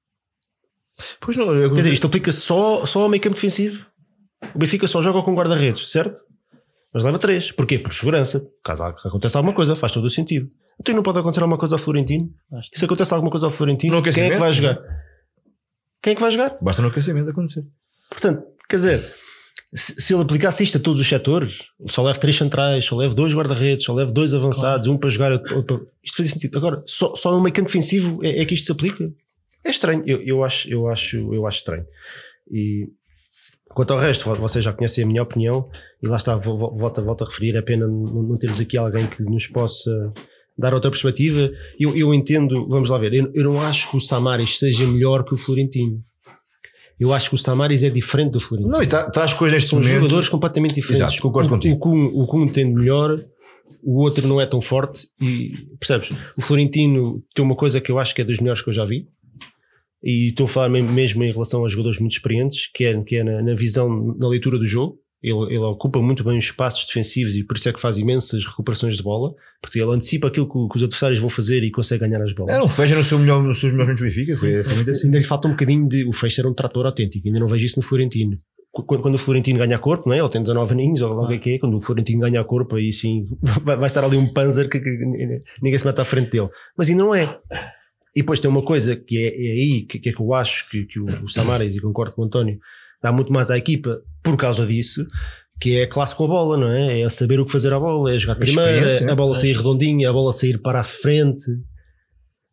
Speaker 3: Pois não,
Speaker 2: quer dizer, isto aplica só ao meio campo defensivo. O Benfica só joga com guarda-redes, certo? Mas leva 3. Porquê? Por segurança. Caso aconteça alguma coisa, faz todo o sentido. Então não pode acontecer alguma coisa ao Florentino? Se acontece alguma coisa ao Florentino, quem é que vai jogar? Quem é que vai jogar?
Speaker 3: Basta no aquecimento acontecer.
Speaker 2: Portanto, quer dizer, se ele aplicasse isto a todos os setores, só leva 3 centrais, só leva 2 guarda-redes, só leva 2 avançados, um para jogar, isto faz sentido. Agora, só no meio campo defensivo é que isto se aplica? É estranho. Eu acho estranho. E quanto ao resto, vocês já conhecem a minha opinião, e lá está, volto a referir, é pena não termos aqui alguém que nos possa dar outra perspectiva. Eu entendo, vamos lá ver, eu não acho que o Samaris seja melhor que o Florentino. Eu acho que o Samaris é diferente do Florentino.
Speaker 3: Não, e traz coisas neste
Speaker 2: São
Speaker 3: momento.
Speaker 2: jogadores completamente diferentes.
Speaker 3: Exato, concordo contigo.
Speaker 2: O que um tem de melhor, o outro não é tão forte, e percebes? O Florentino tem uma coisa que eu acho que é dos melhores que eu já vi, e estou a falar mesmo em relação a jogadores muito experientes, que é na visão, na leitura do jogo. Ele ocupa muito bem os espaços defensivos, e por isso é que faz imensas recuperações de bola, porque ele antecipa aquilo que os adversários vão fazer e consegue ganhar as bolas.
Speaker 3: Era um Fecha nos seus melhores minutos do Benfica. Foi muito assim.
Speaker 2: Ainda lhe falta um bocadinho o Fecha era um trator autêntico, ainda não vejo isso no Florentino. Quando o Florentino ganha corpo, não é? Ele tem 19 aninhos, ou logo que é, quando o Florentino ganha corpo, aí sim vai estar ali um Panzer que ninguém se mete à frente dele, mas ainda não é. E depois tem uma coisa que é aí que eu acho que o Samaris, e concordo com o António, dá muito mais à equipa por causa disso, que é a classe com a bola, não é? É saber o que fazer à bola, é jogar primeiro, a bola sair redondinha, a bola sair para a frente.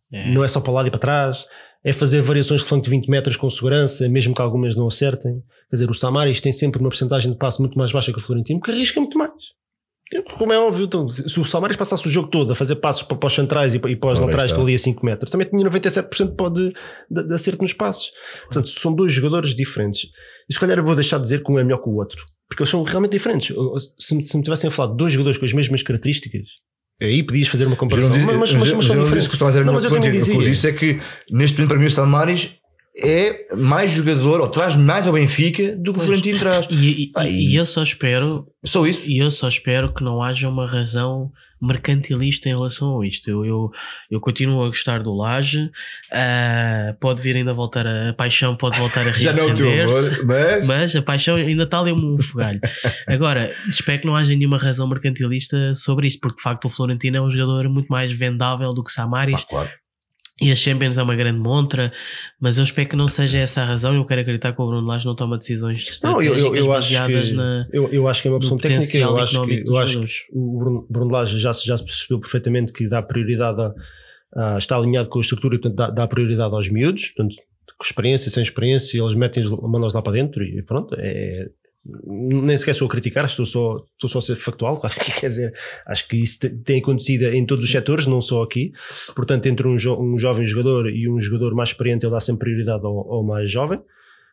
Speaker 2: Não é só para lá e para trás, é fazer variações de flanco de 20 metros com segurança, mesmo que algumas não acertem. Quer dizer, o Samaris tem sempre uma porcentagem de passe muito mais baixa que o Florentino, que arrisca muito mais. Como é óbvio, então, se o Samaris passasse o jogo todo a fazer passos para os centrais e para os laterais que ali a 5 metros, também tinha 97% de acerto nos passos. Portanto, são dois jogadores diferentes. E se calhar eu vou deixar de dizer que um é melhor que o outro, porque eles são realmente diferentes. Se me tivessem a falar de dois jogadores com as mesmas características, aí podias fazer uma comparação. Mas são diferentes.
Speaker 3: Mas eu também dizia. O que eu disse é que neste momento para mim o Samaris é mais jogador, ou traz mais ao Benfica do que o Florentino traz.
Speaker 4: E eu só espero
Speaker 3: só isso.
Speaker 4: E eu só espero que não haja uma razão mercantilista em relação a isto. Eu continuo a gostar do Lage, pode vir ainda voltar a paixão, pode voltar a reacender-se, mas a paixão ainda está ali um fogalho. Agora, espero que não haja nenhuma razão mercantilista sobre isto, porque de facto o Florentino é um jogador muito mais vendável do que Samaris.
Speaker 3: Claro.
Speaker 4: E a Champions é uma grande montra, mas eu espero que não seja essa a razão. Eu quero acreditar que o Bruno Lage não toma decisões estratégicas baseadas na.
Speaker 2: Eu acho que é uma opção técnica. Eu acho que o Bruno Lage já se percebeu perfeitamente que dá prioridade está alinhado com a estrutura e portanto dá prioridade aos miúdos, portanto, com experiência, sem experiência, eles metem as manos lá para dentro e pronto. Nem sequer estou a criticar, estou só a ser factual. Quer dizer, acho que isso tem acontecido em todos os setores, não só aqui. Portanto, entre um jovem jogador e um jogador mais experiente, ele dá sempre prioridade ao mais jovem.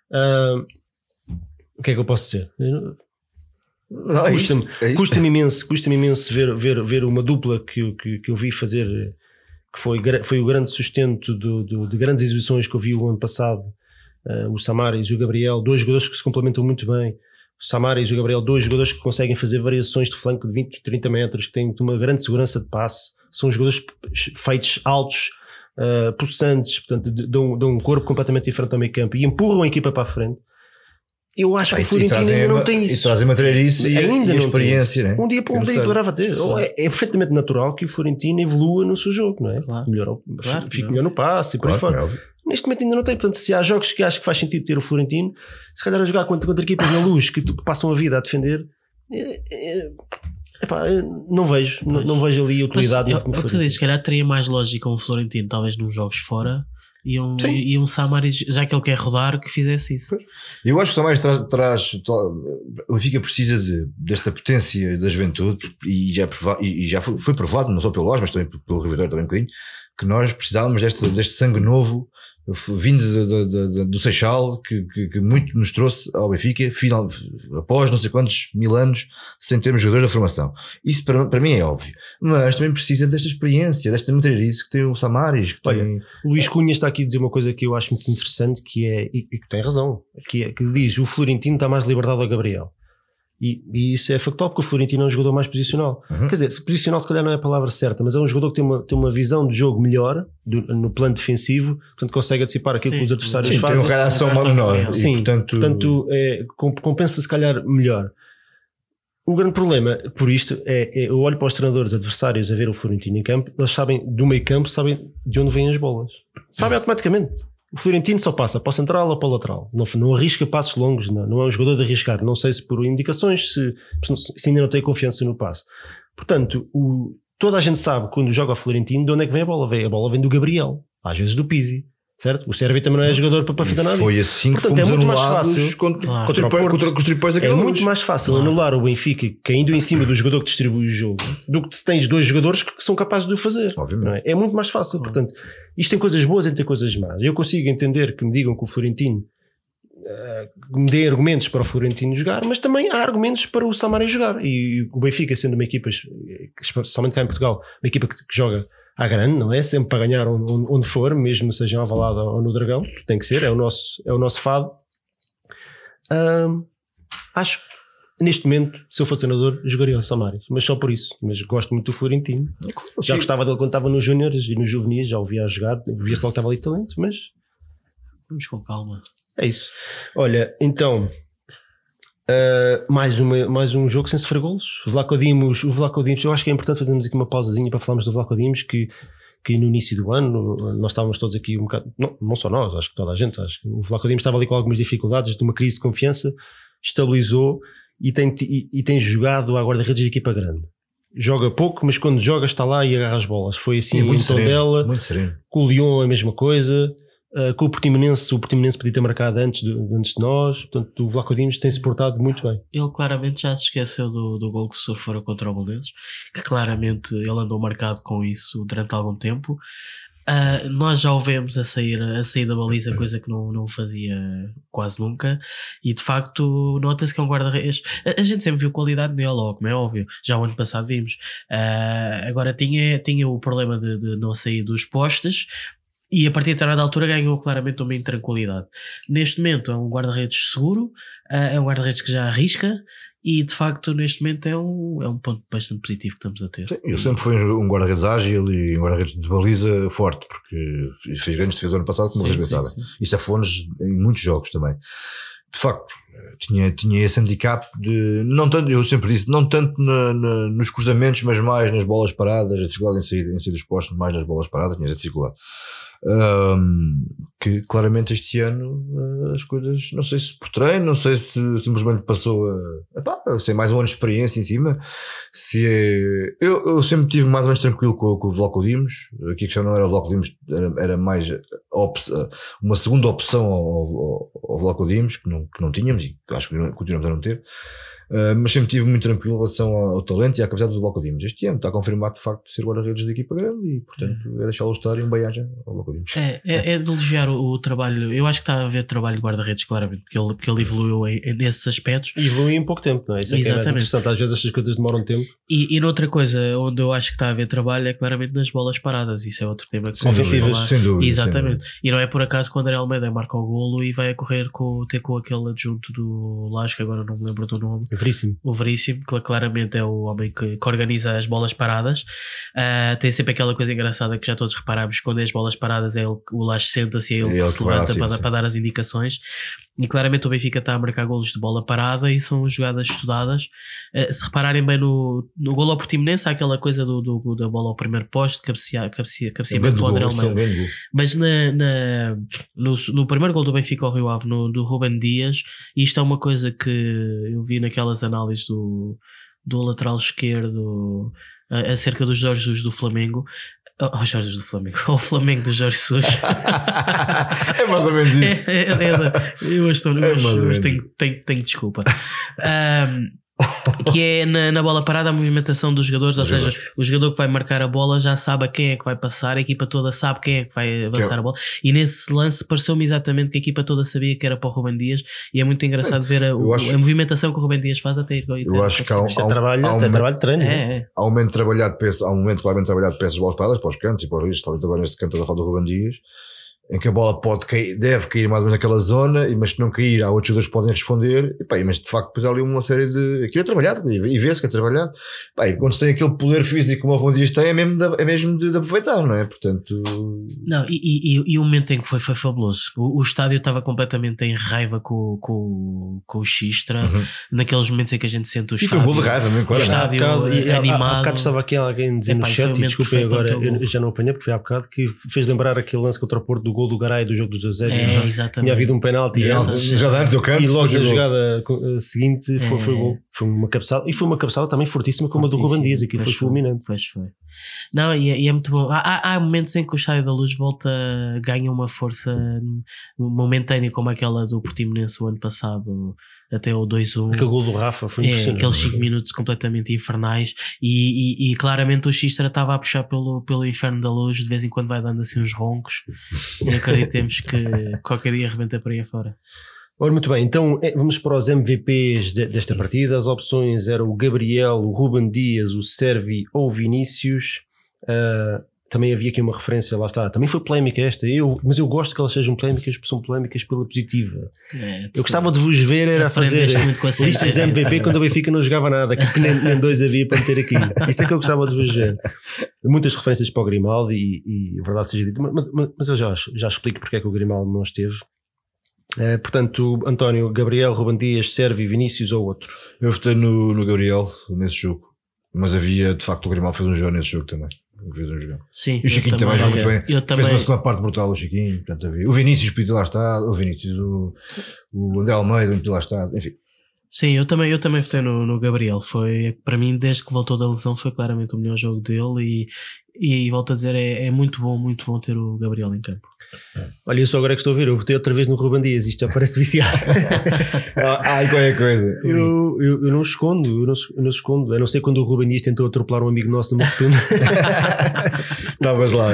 Speaker 2: O que é que eu posso dizer? Custa-me imenso ver uma dupla que eu vi fazer, que foi o grande sustento de grandes exibições que eu vi o ano passado. O Samaris e o Gabriel, dois jogadores que se complementam muito bem. O Samaris e o Gabriel, dois jogadores que conseguem fazer variações de flanco de 20, 30 metros, que têm uma grande segurança de passe, são jogadores feitos altos, possantes, portanto dão um corpo completamente diferente ao meio campo e empurram a equipa para a frente. Eu acho que o Florentino ainda não tem isso.
Speaker 3: E trazem materialice e ainda e experiência, né?
Speaker 2: Um dia poderá ter. Claro. É perfeitamente natural que o Florentino evolua no seu jogo, não é?
Speaker 4: Claro.
Speaker 2: Fique melhor no passe e por aí fora. Neste momento ainda não tem, portanto, se há jogos que acho que faz sentido ter o Florentino, se calhar a jogar contra equipas na Luz que passam a vida a defender, não vejo ali a utilidade no Florentino.
Speaker 4: Tu dizes, se calhar teria mais lógica um Florentino talvez nos jogos fora e um Samaris, já que ele quer rodar, que fizesse isso.
Speaker 3: Eu acho que o Samaris traz o Benfica precisa desta potência da juventude e já foi provado não só pelo Lage, mas também pelo Ribeiro também um bocadinho, que nós precisávamos deste sangue novo vindo do Seixal que muito nos trouxe ao Benfica após não sei quantos mil anos sem termos jogadores da formação. Isso para mim é óbvio, mas também precisa desta experiência, desta materialice que tem o Samaris, que tem...
Speaker 2: O Luís Cunha está aqui a dizer uma coisa que eu acho muito interessante, que é, e que tem razão, que diz: o Florentino está mais liberdade ao Gabriel. E isso é factual, porque o Florentino é um jogador mais posicional. Quer dizer, posicional se calhar não é a palavra certa, mas é um jogador que tem uma visão de jogo melhor no plano defensivo, portanto consegue antecipar aquilo que os adversários fazem.
Speaker 3: Tem uma reação menor.
Speaker 2: Sim, portanto compensa se calhar melhor. O grande problema por isto eu olho para os treinadores adversários a ver o Florentino em campo, eles sabem do meio campo, sabem de onde vêm as bolas, sabem automaticamente. O Florentino só passa para o central ou para o lateral, não arrisca passos longos, não é um jogador de arriscar, não sei se por indicações, se ainda não tem confiança no passe. Portanto, toda a gente sabe quando joga o Florentino de onde é que vem a bola. A bola vem do Gabriel, às vezes do Pizzi, certo? O Sérvio também não é jogador para fazer nada.
Speaker 3: Foi assim que fomos anulados contra os tripões daquela luz.
Speaker 2: É muito mais fácil anular o Benfica caindo em cima do jogador que distribui o jogo do que se tens dois jogadores que são capazes de o fazer.
Speaker 3: Obviamente.
Speaker 2: É muito mais fácil. Portanto, isto tem coisas boas e tem coisas más. Eu consigo entender que me digam que o Florentino me dê argumentos para o Florentino jogar, mas também há argumentos para o Samaris jogar. E o Benfica, sendo uma equipa, especialmente cá em Portugal, uma equipa que joga à grande, não é? Sempre para ganhar onde for, mesmo seja em Alvalade ou no Dragão, tem que ser, é o nosso fado. Acho que neste momento, se eu fosse treinador, jogaria o Samaris, mas só por isso. Mas gosto muito do Florentino. Já gostava dele quando estava nos júniores e nos juvenis, já o via a jogar, via-se logo que estava ali talento, mas
Speaker 4: vamos com calma.
Speaker 2: É isso. Olha, então mais um jogo sem sofrer golos. O Vlaco Dimos, eu acho que é importante fazermos aqui uma pausazinha para falarmos do Vlaco Dimos, que no início do ano nós estávamos todos aqui um bocado, não só nós, acho que toda a gente, acho que o Vlaco Dimos estava ali com algumas dificuldades de uma crise de confiança, estabilizou e tem jogado à guarda-redes de equipa grande. joga pouco, mas quando joga está lá e agarra as bolas. Foi assim
Speaker 3: muito
Speaker 2: em Tondela,
Speaker 3: muito sereno.
Speaker 2: Com o Lyon a mesma coisa, com o Portimonense podia ter marcado antes de nós. Portanto, o Vlaco Dimos tem-se portado muito bem.
Speaker 4: Ele claramente já se esqueceu do gol que sofreu contra o Belenenses, que claramente ele andou marcado com isso durante algum tempo. Nós já o vemos a sair da baliza, coisa que não fazia quase nunca, e de facto nota-se que é um guarda-redes. A gente sempre viu qualidade nele, como é óbvio, já o ano passado vimos. Agora tinha o problema de não sair dos postes, e a partir de determinada altura ganhou claramente uma intranquilidade. Neste momento é um guarda-redes seguro, é um guarda-redes que já arrisca, e de facto neste momento é um ponto bastante positivo que estamos a ter.
Speaker 3: Sim, eu sempre fui um guarda-redes ágil e um guarda-redes de baliza forte, porque fez grandes defesas no ano passado, como vocês pensavam. Isso afou-nos em muitos jogos também. De facto, tinha esse handicap de, não tanto, eu sempre disse, não tanto nos cruzamentos, mas mais nas bolas paradas, a dificuldade em sair dos postos, mais nas bolas paradas, tinha essa dificuldade. Que claramente este ano as coisas, não sei se por treino, não sei se simplesmente passou a ser mais um ano de experiência em cima. Eu sempre tive mais ou menos tranquilo com o Vlaco Dimos. Aqui a questão não era o Vlaco Dimos, era mais uma segunda opção ao Vlaco Dimos que não tínhamos, e acho que continuamos a não ter. Mas sempre estive muito tranquilo em relação ao talento e à capacidade do Vlaco Dimos. Este ano está confirmado de facto de ser guarda-redes da equipa grande e portanto é deixá-lo estar em bem-aja ao Vlaco Dimos.
Speaker 4: É de elogiar o trabalho. Eu acho que está a haver trabalho de guarda-redes claramente, porque ele evoluiu nesses aspectos e
Speaker 2: evoluiu em pouco tempo, não é? Isso é que é mais interessante. Às vezes estas coisas demoram tempo.
Speaker 4: E noutra coisa onde eu acho que está a haver trabalho é claramente nas bolas paradas. Isso é outro tema que
Speaker 2: ofensivas,
Speaker 3: sem dúvida.
Speaker 4: Exatamente. E não é por acaso que o André Almeida marca o golo e vai a correr com aquele adjunto do Lasco, agora não me lembro do nome. O Veríssimo, que claramente é o homem que organiza as bolas paradas. Tem sempre aquela coisa engraçada que já todos reparámos, quando é as bolas paradas é ele, o Lasco senta-se e é ele que se levanta para dar as indicações. E claramente o Benfica está a marcar golos de bola parada e são jogadas estudadas. Se repararem bem no golo ao Portimonense, há aquela coisa da bola ao primeiro poste, cabeceamento do André Almeida. Mas no primeiro golo do Benfica ao Rio Ave, do Ruben Dias, isto é uma coisa que eu vi naquelas análises do lateral esquerdo acerca dos Jorge Jesus do Flamengo. O Jorge do Flamengo, o Flamengo do Jorge Jesus.
Speaker 3: É mais ou menos isso.
Speaker 4: Eu hoje tenho desculpa. Que é na bola parada a movimentação dos jogadores, ou seja, o jogador que vai marcar a bola já sabe a quem é que vai passar, a equipa toda sabe quem é que vai avançar a bola, e nesse lance pareceu-me exatamente que a equipa toda sabia que era para o Ruben Dias, e é muito engraçado ver a movimentação que o Ruben Dias faz até ir.
Speaker 3: Eu acho que há um
Speaker 2: trabalho de treino.
Speaker 3: Há um momento claramente trabalhado para essas bolas paradas, para os cantos e para o risco, talvez agora neste canto da fala do Ruben Dias, em que a bola deve cair mais ou menos naquela zona, mas se não cair, há outros jogadores que podem responder. Mas de facto, depois há ali uma série de. Aquilo é trabalhado, e vê-se que é trabalhado. E quando se tem aquele poder físico como o Ruben Dias tem, é mesmo de aproveitar, não é? Portanto.
Speaker 4: Não, e o momento em que foi fabuloso. O estádio estava completamente em raiva com o Xistra, naqueles momentos em que a gente sente o estádio.
Speaker 3: E foi um gol de raiva, mesmo, claro.
Speaker 4: O estádio animado.
Speaker 2: Há bocado estava aqui alguém dizendo no chat, e desculpem agora, eu já não apanhei porque foi há bocado, que fez lembrar aquele lance contra o Porto do gol do Garay do jogo dos Eusébio. Tinha havido um penalti e logo na jogada seguinte foi gol. Foi uma cabeçada, e foi uma cabeçada também fortíssima como a do Ruben Dias, aqui foi fulminante.
Speaker 4: Pois foi. Não, e é muito bom. Há momentos em que o Estádio da Luz ganha uma força momentânea, como aquela do Portimonense o ano passado, até o 2-1.
Speaker 2: Aquele gol do Rafa foi impressionante.
Speaker 4: Aqueles 5 minutos completamente infernais, e claramente o Xistra estava a puxar pelo inferno da luz, de vez em quando vai dando assim uns roncos, e acreditemos que qualquer dia arrebenta por aí afora.
Speaker 2: Ora, muito bem, então vamos para os MVPs desta partida. As opções eram o Gabriel, o Ruben Dias, o Servi ou o Vinícius. Também havia aqui uma referência, lá está, também foi polémica esta, mas eu gosto que elas sejam polémicas, porque são polémicas pela positiva. Eu gostava de vos ver era a fazer listas de MVP quando o Benfica não jogava nada, que nem dois havia para meter aqui. Isso é que eu gostava de vos ver. Muitas referências para o Grimaldo e a verdade seja dita, mas eu já explico porque é que o Grimaldo não esteve. Portanto, António, Gabriel, Ruben Dias, Servi, Vinícius ou outro?
Speaker 3: Eu votei no Gabriel nesse jogo, mas havia, de facto, o Grimaldo fez um jogo nesse jogo também.
Speaker 4: Sim,
Speaker 3: e o Chiquinho também joga muito bem. Fez uma segunda parte brutal o Chiquinho. Portanto, havia. O Vinícius podia lá estar, o André Almeida podia lá estar, enfim.
Speaker 4: Sim, eu também votei no Gabriel. Foi, para mim, desde que voltou da lesão, foi claramente o melhor jogo dele. E volto a dizer, é muito bom ter o Gabriel em campo.
Speaker 2: Olha, eu só agora que estou a ver, eu votei outra vez no Ruben Dias, isto já parece viciado.
Speaker 3: Ai, qualquer coisa.
Speaker 2: Eu não escondo, eu não escondo, a não ser quando o Ruben Dias tentou atropelar um amigo nosso numa rotunda.
Speaker 3: Estavas lá.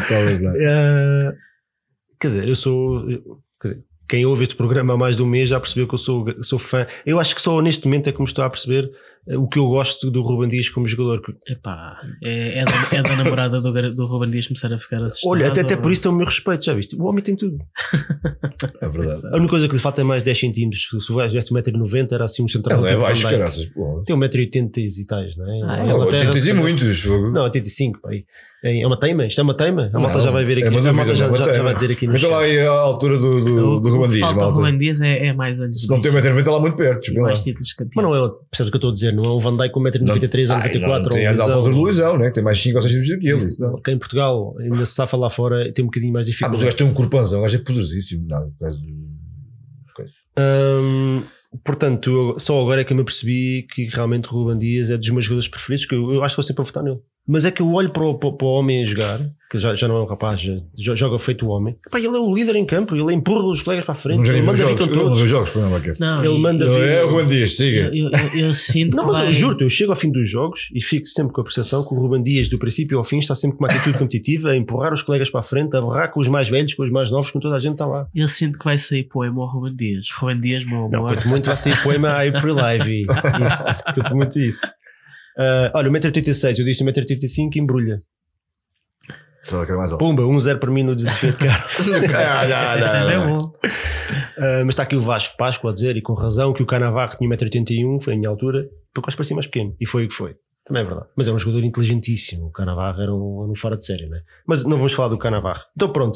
Speaker 2: Quer dizer, quem ouve este programa há mais de um mês já percebeu que eu sou fã. Eu acho que só neste momento é que me estou a perceber o que eu gosto do Ruben Dias como jogador.
Speaker 4: Epá, é da namorada do Ruben Dias começar a ficar assustado.
Speaker 2: Olha, até por isso tem o meu respeito, já viste? O homem tem tudo.
Speaker 3: É verdade.
Speaker 2: A única coisa que lhe falta é mais 10 centímetros. Se o gajo tivesse 1,90m, era assim um central.
Speaker 3: Ele é baixo, caraças.
Speaker 2: Tem 1,80m e tais, não é?
Speaker 3: 80 e muitos.
Speaker 2: Não, 85, pá. É uma teima? Isto é uma teima? A malta já vai ver aqui.
Speaker 3: A
Speaker 2: malta já vai dizer aqui no
Speaker 3: chat. Mas lá aí a altura do Ruben Dias.
Speaker 4: Falta o Ruben Dias é mais anos.
Speaker 3: Se não tem 1,90m, está lá muito perto.
Speaker 4: Mais títulos de campeão.
Speaker 2: Mas não é, percebes o que eu estou a dizer? Não é um Van Dijk com 1,93m ou 94m.
Speaker 3: Tem a altura do Luizão, né? Tem mais 5 ou 6 centímetros que ele.
Speaker 2: Aqui em Portugal ainda se safa lá fora tem um bocadinho mais difícil.
Speaker 3: Mas o gajo tem um corpãozão, o gajo é poderosíssimo. Não, coisa.
Speaker 2: Portanto, só agora é que eu me apercebi que realmente o Ruben Dias é dos meus jogadores preferidos, que eu acho que vou sempre a votar nele. Mas é que eu olho para o homem a jogar, que já não é um rapaz, já joga feito o homem. Epá, ele é o líder em campo, ele empurra os colegas para a frente, ele manda vir com todos. Ele manda vir.
Speaker 3: É o Ruben Dias, siga.
Speaker 4: Eu sinto.
Speaker 2: Não, mas eu juro, eu chego ao fim dos jogos e fico sempre com a percepção que o Ruben Dias, do princípio ao fim, está sempre com uma atitude competitiva, a empurrar os colegas para a frente, a barrar com os mais velhos, com os mais novos, com toda a gente está lá.
Speaker 4: Eu sinto que vai sair poema ao Ruben Dias. Ruben Dias, meu amor.
Speaker 2: Não, quanto muito vai sair poema a April Live. Quanto muito isso. Olha, 1,86m, eu disse 1,85m, embrulha.
Speaker 3: Só que era mais alto.
Speaker 2: Pumba, 1-0 para mim no desafio de Carlos.
Speaker 3: Não.
Speaker 2: Mas está aqui o Vasco Páscoa a dizer, e com razão, que o Cannavaro tinha 1,81m, foi a minha altura, porque quase parecia mais pequeno, e foi o que foi. Também é verdade. Mas é um jogador inteligentíssimo. O Cannavaro era um fora de série, não é? Mas não vamos falar do Cannavaro. Então pronto.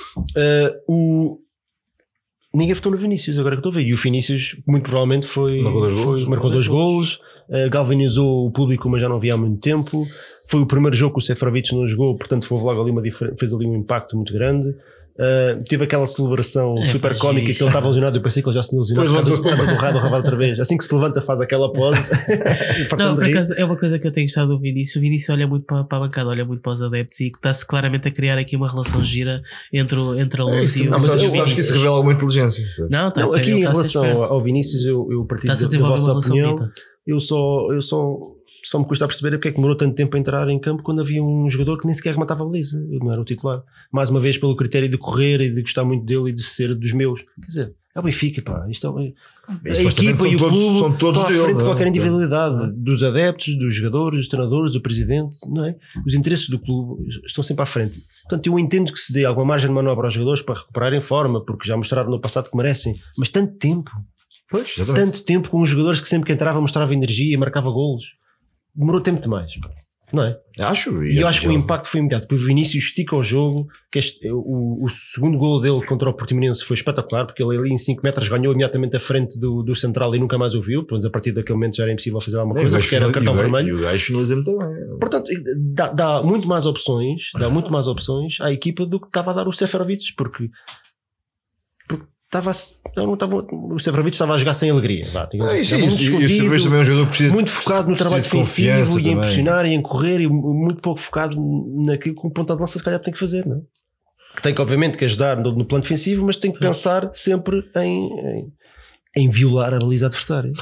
Speaker 2: Ninguém votou no Vinícius, agora que estou a ver. E o Vinícius, muito provavelmente, marcou 2 golos, galvanizou o público, mas já não via há muito tempo. Foi o primeiro jogo que o Seferovic não jogou, portanto, houve logo ali fez ali um impacto muito grande. Teve aquela celebração super cómica que ele estava lesionado. Eu pensei que ele já se lesionou por causa do rabado outra vez. Assim que se levanta, faz aquela pose.
Speaker 4: Não, por acaso, é uma coisa que eu tenho gostado do Vinícius. O Vinícius olha muito para a bancada, olha muito para os adeptos e está-se claramente a criar aqui uma relação gira entre a luz e o
Speaker 3: Vinícius. Sabes que isso revela alguma inteligência.
Speaker 2: Não, aqui em relação ao Vinícius, eu partilho da vossa opinião. Eu só me custa a perceber porque é que demorou tanto tempo a entrar em campo quando havia um jogador que nem sequer rematava a baliza. Eu não era o titular. Mais uma vez pelo critério de correr e de gostar muito dele e de ser dos meus. Quer dizer, é o Benfica, pá. Isto é a equipa e o clube
Speaker 3: são todos
Speaker 2: estão à frente de qualquer
Speaker 3: é?
Speaker 2: individualidade dos adeptos, dos jogadores, dos treinadores, do presidente, não é? Os interesses do clube estão sempre à frente. Portanto, eu entendo que se dê alguma margem de manobra aos jogadores para recuperarem forma, porque já mostraram no passado que merecem, mas tanto tempo.
Speaker 3: Pois,
Speaker 2: tanto tempo com os jogadores que sempre que entrava mostrava energia e marcava golos. Demorou tempo demais, não é?
Speaker 3: Acho.
Speaker 2: E eu acho que o impacto foi imediato. Depois o Vinícius estica o jogo. O segundo golo dele contra o Portimonense foi espetacular, porque ele ali em 5 metros ganhou imediatamente à frente do central e nunca mais o viu. Portanto, a partir daquele momento já era impossível fazer alguma coisa, porque era o cartão vermelho.
Speaker 3: E o gajo finaliza muito bem. Portanto,
Speaker 2: dá muito mais opções à equipa do que estava a dar o Seferovic, porque o Seferovic estava a jogar sem alegria.
Speaker 3: E o Seferovic também é um jogador que precisa
Speaker 2: muito focado no trabalho defensivo e a impressionar e em correr, e muito pouco focado naquilo que um ponta de lança se calhar tem que fazer, não é? Que tem que obviamente que ajudar no plano defensivo, mas tem que pensar sempre em violar a baliza adversária.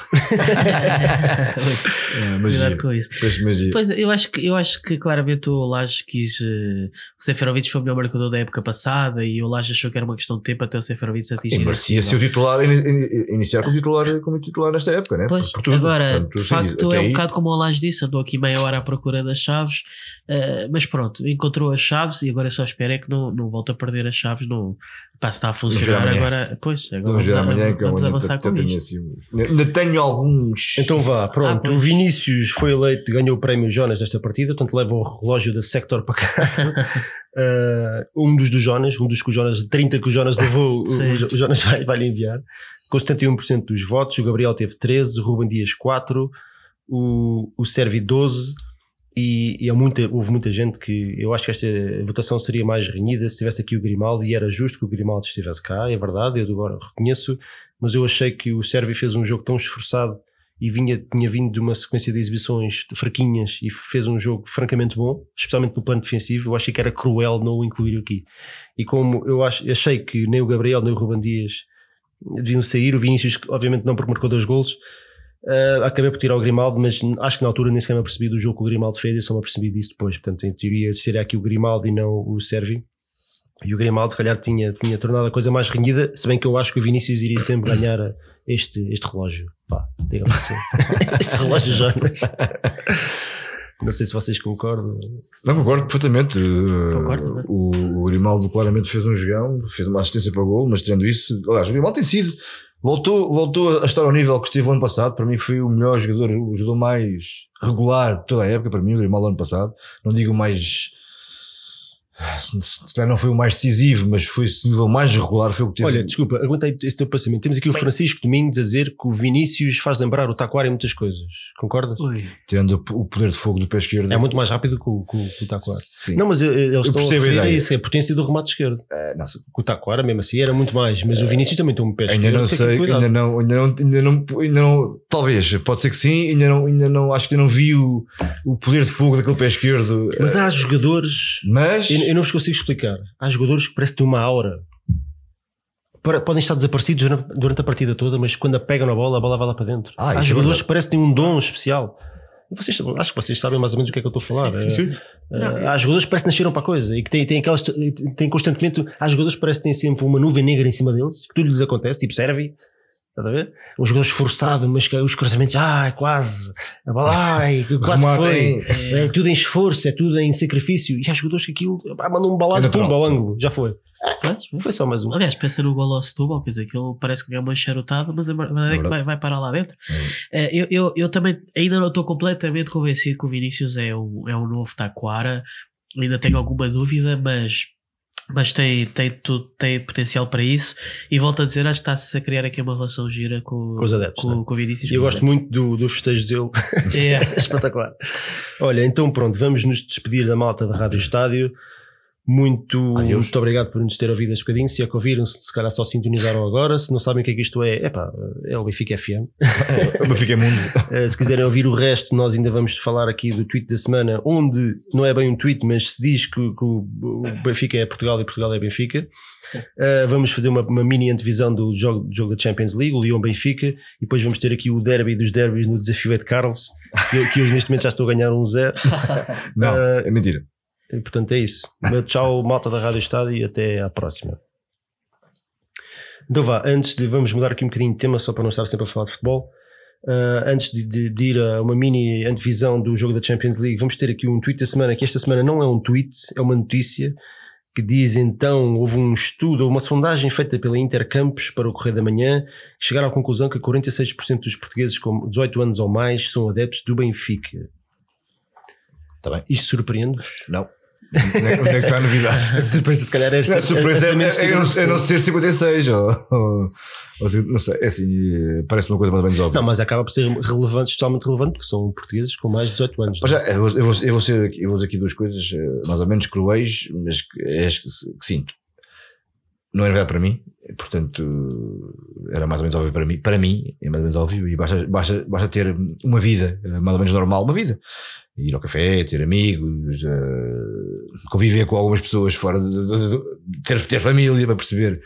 Speaker 4: Cuidado com isso. Pois, eu acho que claramente o Laje quis. O Seferovic foi o melhor marcador da época passada e o Laje achou que era uma questão de tempo até o Seferovic atingir.
Speaker 3: Merecia ser o titular, iniciar como titular nesta época, né?
Speaker 4: Pois,
Speaker 3: por tudo.
Speaker 4: Agora, de facto, é um bocado como o Laje disse, andou aqui meia hora à procura das chaves, mas pronto, encontrou as chaves e agora só espero é que não volte a perder as chaves. Não, pá, se está a funcionar agora. Pois, agora vamos avançar com isto.
Speaker 3: Ainda tenho alguns.
Speaker 2: Então vá, pronto. O Vinícius foi eleito, ganhou o prémio Jonas desta partida, portanto leva o relógio da Sector para casa. Um dos Jonas, que o Jonas, 30 que o Jonas levou, o Jonas vai lhe enviar. Com 71% dos votos, o Gabriel teve 13, o Ruben Dias 4, o Servi 12. E houve muita gente que eu acho que esta votação seria mais renhida se tivesse aqui o Grimaldo, e era justo que o Grimaldo estivesse cá, é verdade, eu agora reconheço, mas eu achei que o Sérvio fez um jogo tão esforçado e tinha vindo de uma sequência de exibições fraquinhas e fez um jogo francamente bom, especialmente no plano defensivo. Eu achei que era cruel não o incluir aqui. E como eu achei que nem o Gabriel nem o Ruben Dias deviam sair, o Vinícius obviamente não, porque marcou 2 golos, acabei por tirar o Grimaldo, mas acho que na altura nem sequer me apercebi do jogo que o Grimaldo fez, eu só me apercebi disso depois. Portanto, em teoria seria aqui o Grimaldo e não o Sérvio. E o Grimaldo se calhar tinha tornado a coisa mais renhida, se bem que eu acho que o Vinícius iria sempre ganhar este relógio. Pá, digamos assim. Este relógio já. Não sei se vocês concordam.
Speaker 3: Não, concordo perfeitamente.
Speaker 4: Concordo, né?
Speaker 3: O Grimaldo claramente fez um jogão, fez uma assistência para o gol, mas tirando isso, aliás, o Grimaldo tem sido, voltou a estar ao nível que esteve o ano passado. Para mim foi o melhor jogador, o jogador mais regular de toda a época. Para mim, o Grimaldo ano passado, não digo mais, se calhar não foi o mais decisivo, mas foi o nível mais regular, foi o que teve.
Speaker 2: Olha, desculpa, aguentei esse teu pensamento. Temos aqui o Francisco Domingos a dizer que o Vinícius faz lembrar o Taquara em muitas coisas. Concordas?
Speaker 3: Tirando o poder de fogo do pé esquerdo.
Speaker 2: É muito mais rápido que o Taquara.
Speaker 3: Sim.
Speaker 2: Não, mas eles estão a referir a isso, é a potência do remate esquerdo.
Speaker 3: Não,
Speaker 2: O Taquara mesmo assim era muito mais, mas o Vinícius também tem um pé esquerdo.
Speaker 3: ainda não sei, ainda não, talvez, pode ser que sim, ainda não, acho que ainda não vi o poder de fogo daquele pé esquerdo.
Speaker 2: Mas há jogadores,
Speaker 3: Mas
Speaker 2: eu não vos consigo explicar, há jogadores que parece ter uma aura, podem estar desaparecidos durante a partida toda, mas quando pegam na bola, a bola vai lá para dentro. Há jogadores que parecem ter um dom especial. Acho que vocês sabem mais ou menos o que é que eu estou a falar.
Speaker 3: sim.
Speaker 2: Há jogadores que parece que nasceram para a coisa e que têm constantemente. Há jogadores que parece que têm sempre uma nuvem negra em cima deles, que tudo lhes acontece, tipo Sérvio. Estás a ver? Um jogador esforçado, mas que os cruzamentos, quase, a bola, quase que foi. É tudo em esforço, é tudo em sacrifício. E há jogadores que aquilo, mandam um balado, pumba ao ângulo, já foi. Foi só mais um.
Speaker 4: Aliás, pensa no gol ao Setúbal, quer dizer, aquilo parece que é uma charutada, mas a verdade é que vai parar lá dentro. Eu também ainda não estou completamente convencido que o Vinícius é um novo Taquara, ainda tenho alguma dúvida, mas tem potencial para isso. E volto a dizer, acho que está-se a criar aqui uma relação gira com
Speaker 2: os adeptos,
Speaker 4: com o Vinícius.
Speaker 2: E eu gosto muito do festejo dele. Espetacular. Olha, então pronto, vamos nos despedir da malta da Rádio Estádio. Muito obrigado por nos ter ouvido este bocadinho. Se é que ouviram-se, se calhar só sintonizaram agora. Se não sabem o que é que isto é o Benfica FM.
Speaker 3: O Benfica é mundo.
Speaker 2: Se quiserem ouvir o resto, nós ainda vamos falar aqui do tweet da semana, onde não é bem um tweet, mas se diz que o Benfica é Portugal e Portugal é Benfica. Vamos fazer uma mini antevisão do jogo da Champions League, o Lyon-Benfica, e depois vamos ter aqui o derby dos derbys no desafio de Carlos, que hoje neste momento já estou a ganhar 1-0.
Speaker 3: Não, é mentira.
Speaker 2: E, portanto é isso. Tchau, malta da Rádio Estádio, e até à próxima. Então vamos mudar aqui um bocadinho de tema, só para não estar sempre a falar de futebol. Antes de ir a uma mini antevisão do jogo da Champions League, vamos ter aqui um tweet da semana, que esta semana não é um tweet, é uma notícia, que diz então, houve um estudo, uma sondagem feita pela Intercampus para o Correio da Manhã, que chegaram à conclusão que 46% dos portugueses com 18 anos ou mais são adeptos do Benfica.
Speaker 3: Está bem.
Speaker 2: Isto surpreende-vos?
Speaker 3: Não. Onde é que está a novidade?
Speaker 2: A surpresa se calhar era
Speaker 3: não ser 56 ou não sei, é assim, parece uma coisa mais ou menos óbvia.
Speaker 2: Não, mas acaba por ser relevante, totalmente relevante, porque são portugueses com mais de 18 anos.
Speaker 3: Eu vou dizer aqui duas coisas mais ou menos cruéis, mas que sinto. Não era verdade para mim, portanto era mais ou menos óbvio para mim é mais ou menos óbvio, e basta ter uma vida mais ou menos normal, uma vida, ir ao café, ter amigos, conviver com algumas pessoas fora ter família, para perceber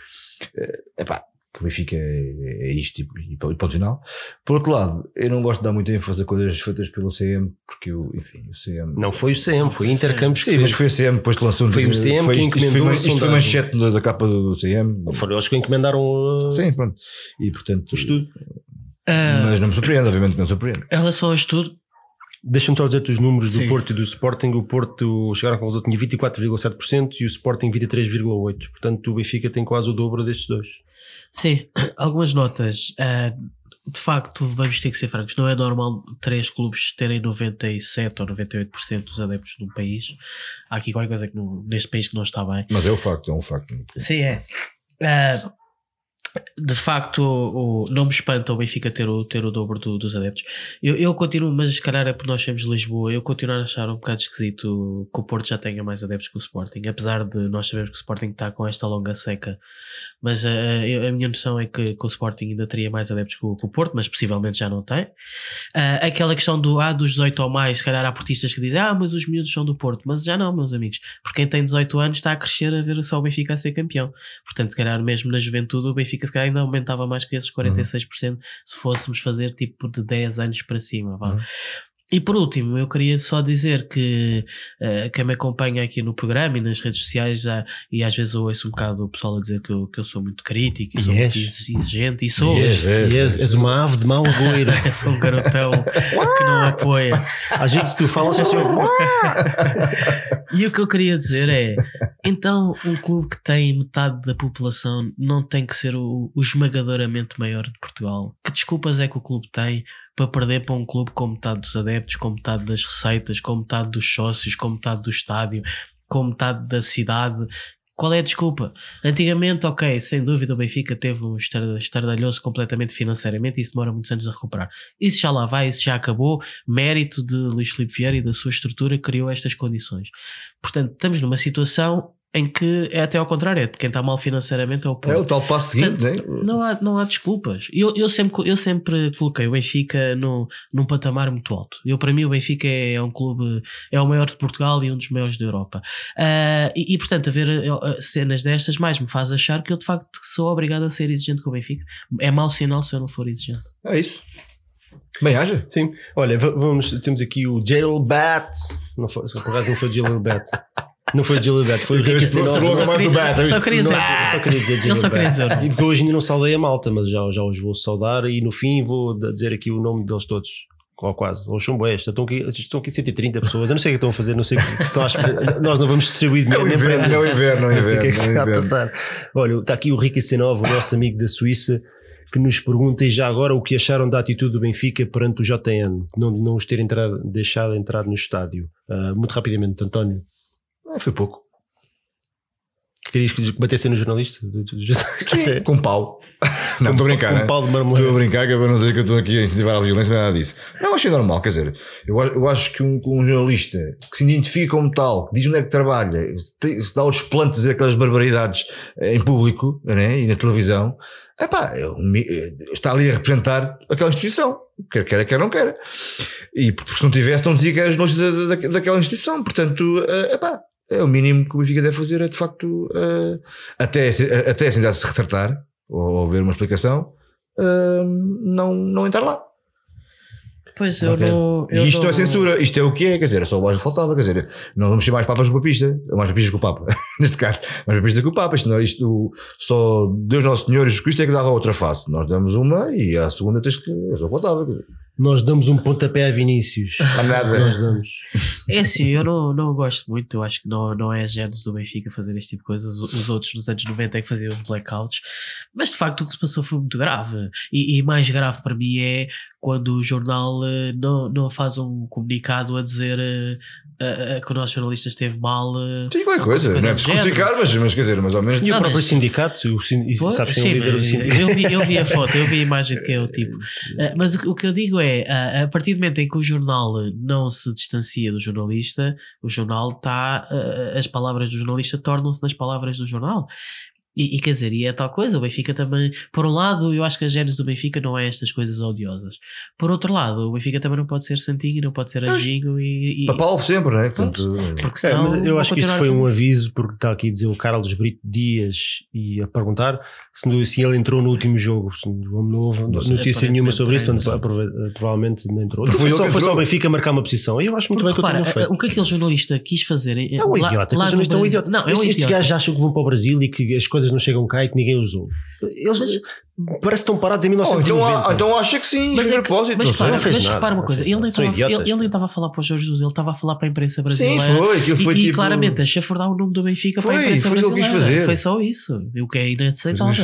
Speaker 3: que o Benfica é isto e ponto final. Por outro lado, eu não gosto de dar muita ênfase a coisas feitas pelo CM, porque o CM...
Speaker 2: Não foi o CM, foi Intercampus.
Speaker 3: Sim, mas foi o CM depois que lançou...
Speaker 2: Foi o CM que encomendou a sondagem.
Speaker 3: Isto foi manchete da capa do CM.
Speaker 2: Foram eles que encomendaram
Speaker 3: Sim, pronto. E portanto...
Speaker 2: o estudo.
Speaker 3: Mas não me surpreende, obviamente não me surpreende.
Speaker 4: Em relação ao estudo...
Speaker 2: Deixa-me só dizer-te os números do Porto e do Sporting. O Porto chegaram com o resultado, tinha 24,7% e o Sporting 23,8%. Portanto o Benfica tem quase o dobro destes dois.
Speaker 4: Sim, algumas notas. De facto, vamos ter que ser francos, não é normal 3 clubes terem 97% ou 98% dos adeptos de um país. Há aqui qualquer coisa neste país que não está bem.
Speaker 3: Mas é um facto.
Speaker 4: Sim, é. de facto, não me espanta o Benfica ter o dobro dos adeptos. Eu continuo, mas se calhar é por nós sermos de Lisboa, eu continuo a achar um bocado esquisito que o Porto já tenha mais adeptos que o Sporting, apesar de nós sabermos que o Sporting está com esta longa seca. Mas a minha noção é que o Sporting ainda teria mais adeptos que o Porto, mas possivelmente já não tem. Aquela questão dos 18 ou mais, se calhar há portistas que dizem mas os miúdos são do Porto, mas já não, meus amigos, porque quem tem 18 anos está a crescer a ver só o Benfica a ser campeão. Portanto, se calhar mesmo na juventude o Benfica se calhar ainda aumentava mais que esses 46% se fôssemos fazer tipo de 10 anos para cima. E por último, eu queria só dizer que quem me acompanha aqui no programa e nas redes sociais e às vezes eu ouço um bocado o pessoal a dizer que eu sou muito crítico e sou muito exigente, e sou.
Speaker 2: És uma ave de mau agouro.
Speaker 4: És um garotão que não apoia.
Speaker 2: Às vezes tu falas assim.
Speaker 4: E o que eu queria dizer é, então um clube que tem metade da população não tem que ser o esmagadoramente maior de Portugal? Que desculpas é que o clube tem para perder para um clube com metade dos adeptos, com metade das receitas, com metade dos sócios, com metade do estádio, com metade da cidade? Qual é a desculpa? Antigamente, ok, sem dúvida o Benfica teve um estardalhoço completamente financeiramente e isso demora muitos anos a recuperar. Isso já lá vai, isso já acabou. Mérito de Luís Filipe Vieira e da sua estrutura criou estas condições. Portanto, estamos numa situação em que é até ao contrário, quem está mal financeiramente é o Porto.
Speaker 3: É o tal passo seguinte, né?
Speaker 4: Não há desculpas. Eu sempre coloquei o Benfica num patamar muito alto. Para mim o Benfica é um clube, é o maior de Portugal e um dos maiores da Europa. E portanto, haver cenas destas mais me faz achar que eu de facto sou obrigado a ser exigente com o Benfica. É mau sinal se eu não for exigente.
Speaker 3: É isso. Bem, haja.
Speaker 2: Sim. Olha, temos aqui o Gerald Bat. Por acaso não foi o Gerald Bat. Não foi o Gilberto, foi o Ricky Senova.
Speaker 4: Só queria dizer
Speaker 2: Gilberto. E porque hoje ainda não saudei a malta, mas já os vou saudar e no fim vou dizer aqui o nome deles todos. Ou quase, ou são boés. Estão aqui 130 pessoas. Eu não sei o que estão a fazer, não sei o que são. Nós não vamos distribuir dinheiro.
Speaker 3: É o inverno.
Speaker 2: Não sei o que é que se está a passar. Olha, está aqui o Ricky Senova, o nosso amigo da Suíça, que nos pergunta já agora o que acharam da atitude do Benfica perante o JN, não os terem deixado entrar no estádio. Muito rapidamente, António.
Speaker 3: Foi pouco.
Speaker 2: Querias que batessem no jornalista?
Speaker 3: Com pau. Não, estou a brincar.
Speaker 2: Com pau de marmelada.
Speaker 3: Estou a brincar, que é para não dizer que eu estou aqui a incentivar a violência, nada disso. Não, achei normal, quer dizer, eu acho que um jornalista que se identifica como tal, que diz onde é que trabalha, se dá os plantos a dizer aquelas barbaridades em público, né, e na televisão, está ali a representar aquela instituição. Quer não quer. E porque se não tivesse, não dizia que era jornalista daquela instituição. Portanto, é o mínimo que o Benfica deve fazer, é de facto até assim já se retratar ou ver uma explicação, não entrar lá.
Speaker 4: Pois
Speaker 3: e isto não é censura, isto é o que é, quer dizer, é só o baixo faltava, quer dizer, não vamos ser mais papas que o papista, mais papistas que o Papa, neste caso, mais papistas que o Papa, isto só Deus Nosso Senhor e Jesus Cristo é que dava a outra face, nós damos uma e a segunda tens que, é só faltava, quer dizer.
Speaker 2: Nós damos um pontapé a Vinícius.
Speaker 3: A nada.
Speaker 2: Nós damos.
Speaker 4: É assim, eu não gosto muito. Eu acho que não é a gênese do Benfica fazer este tipo de coisas. Os outros nos anos 90 é que faziam os blackouts. Mas de facto o que se passou foi muito grave. E mais grave para mim é quando o jornal não faz um comunicado a dizer que o nosso jornalista esteve mal.
Speaker 3: Tem qualquer coisa. Não é especificar, mas quer dizer, mais ou menos.
Speaker 2: E o próprio sindicato, sabes quem é o líder do sindicato?
Speaker 4: Eu vi a foto, eu vi a imagem de quem é o tipo. Mas o que eu digo é, a partir do momento em que o jornal não se distancia do jornalista, o jornal está, as palavras do jornalista tornam-se nas palavras do jornal. E quer dizer, e é tal coisa, o Benfica também, por um lado, eu acho que a gênese do Benfica não é estas coisas odiosas. Por outro lado, o Benfica também não pode ser santinho, não pode ser anjinho e
Speaker 3: papal sempre, não é? Portanto,
Speaker 4: porque senão,
Speaker 2: mas eu acho que isto foi um aviso, porque está aqui a dizer o Carlos Brito Dias e a perguntar se ele entrou no último jogo, não houve notícia nenhuma sobre isso, portanto provavelmente não entrou. Foi só o Benfica marcar uma posição. E eu acho muito bem que eu tenho feito.
Speaker 4: O que aquele jornalista quis fazer
Speaker 2: é um idiota, lá é um idiota. Não, estes gajos acham que vão para o Brasil e que as coisas não chegam cá e que ninguém os ouve. Eles parece que estão parados em 1990.
Speaker 3: Então acho que sim, mas propósito.
Speaker 4: Mas repara uma coisa, ele nem estava a falar para o Jorge Jesus, ele estava a falar para a imprensa brasileira.
Speaker 3: Sim, foi
Speaker 4: e claramente a chafurdar o nome do Benfica para a imprensa brasileira.
Speaker 3: Foi o que quis fazer.
Speaker 4: Foi só isso, o que é inaceitável.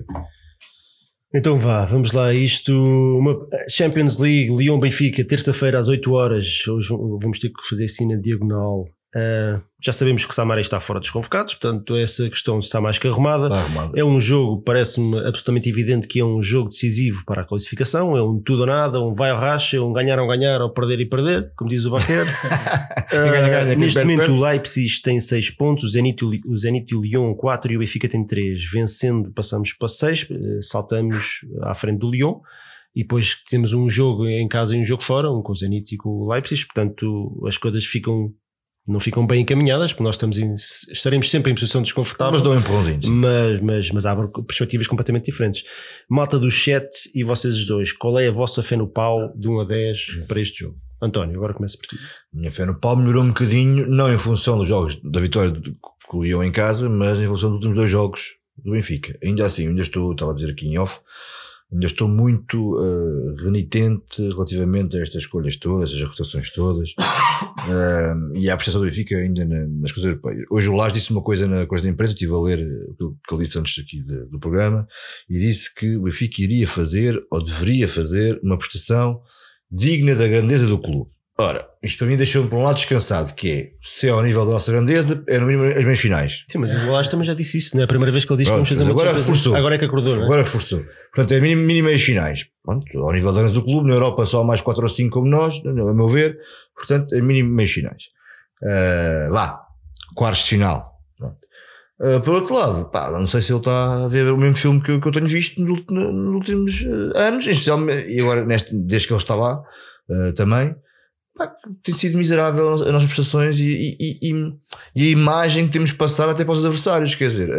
Speaker 2: Então vamos lá a isto. Uma Champions League, Lyon-Benfica, terça-feira às 8 horas. Hoje vamos ter que fazer assim na diagonal. Já sabemos que Samaris está fora dos convocados, portanto essa questão está mais que arrumada. É um jogo, parece-me absolutamente evidente que é um jogo decisivo para a classificação, é um tudo ou nada, um vai ao racha, um ganhar ou ganhar, ou perder e perder, como diz o Baquer. Neste momento o Leipzig tem 6 pontos, o Zenit e o Lyon 4 e o Benfica tem 3. Vencendo passamos para 6, saltamos à frente do Lyon. E depois temos um jogo em casa e um jogo fora, um com o Zenit e com o Leipzig, portanto as coisas não ficam bem encaminhadas, porque nós estaremos sempre em posição desconfortável.
Speaker 3: Mas dão um empurrãozinho.
Speaker 2: Mas há perspectivas completamente diferentes. Malta do chat e vocês os dois, qual é a vossa fé no pau de 1 a 10 para este jogo? António, agora começa por ti.
Speaker 3: Minha fé no pau melhorou um bocadinho, não em função dos jogos da vitória com o Lyon em casa, mas em função dos últimos 2 jogos do Benfica. Ainda assim, estava a dizer aqui em off, ainda estou muito renitente relativamente a estas escolhas todas, estas rotações todas, e à prestação do Benfica ainda nas coisas europeias. Hoje o Lage disse uma coisa na coisa da imprensa, estive a ler o que ele disse antes aqui do programa, e disse que o Benfica iria fazer, ou deveria fazer, uma prestação digna da grandeza do clube. Ora, isto para mim deixou-me por um lado descansado, que é, se é ao nível da nossa grandeza, é no mínimo as meias finais.
Speaker 2: Sim, mas o Lage também já disse isso, não é a primeira vez que ele diz que vamos fazer uma
Speaker 3: agora forçou.
Speaker 2: Agora é que acordou, não é?
Speaker 3: Agora forçou. Portanto, é mínimo meias finais. Pronto, ao nível da grandeza do clube, na Europa só há mais 4 ou 5 como nós, a meu ver, portanto, é mínimo meias finais. Quartos de final. Por outro lado, não sei se ele está a ver o mesmo filme que eu tenho visto nos últimos anos, especialmente, e agora desde que ele está lá, também. Tem sido miserável as nossas prestações e a imagem que temos passado até para os adversários. Quer dizer,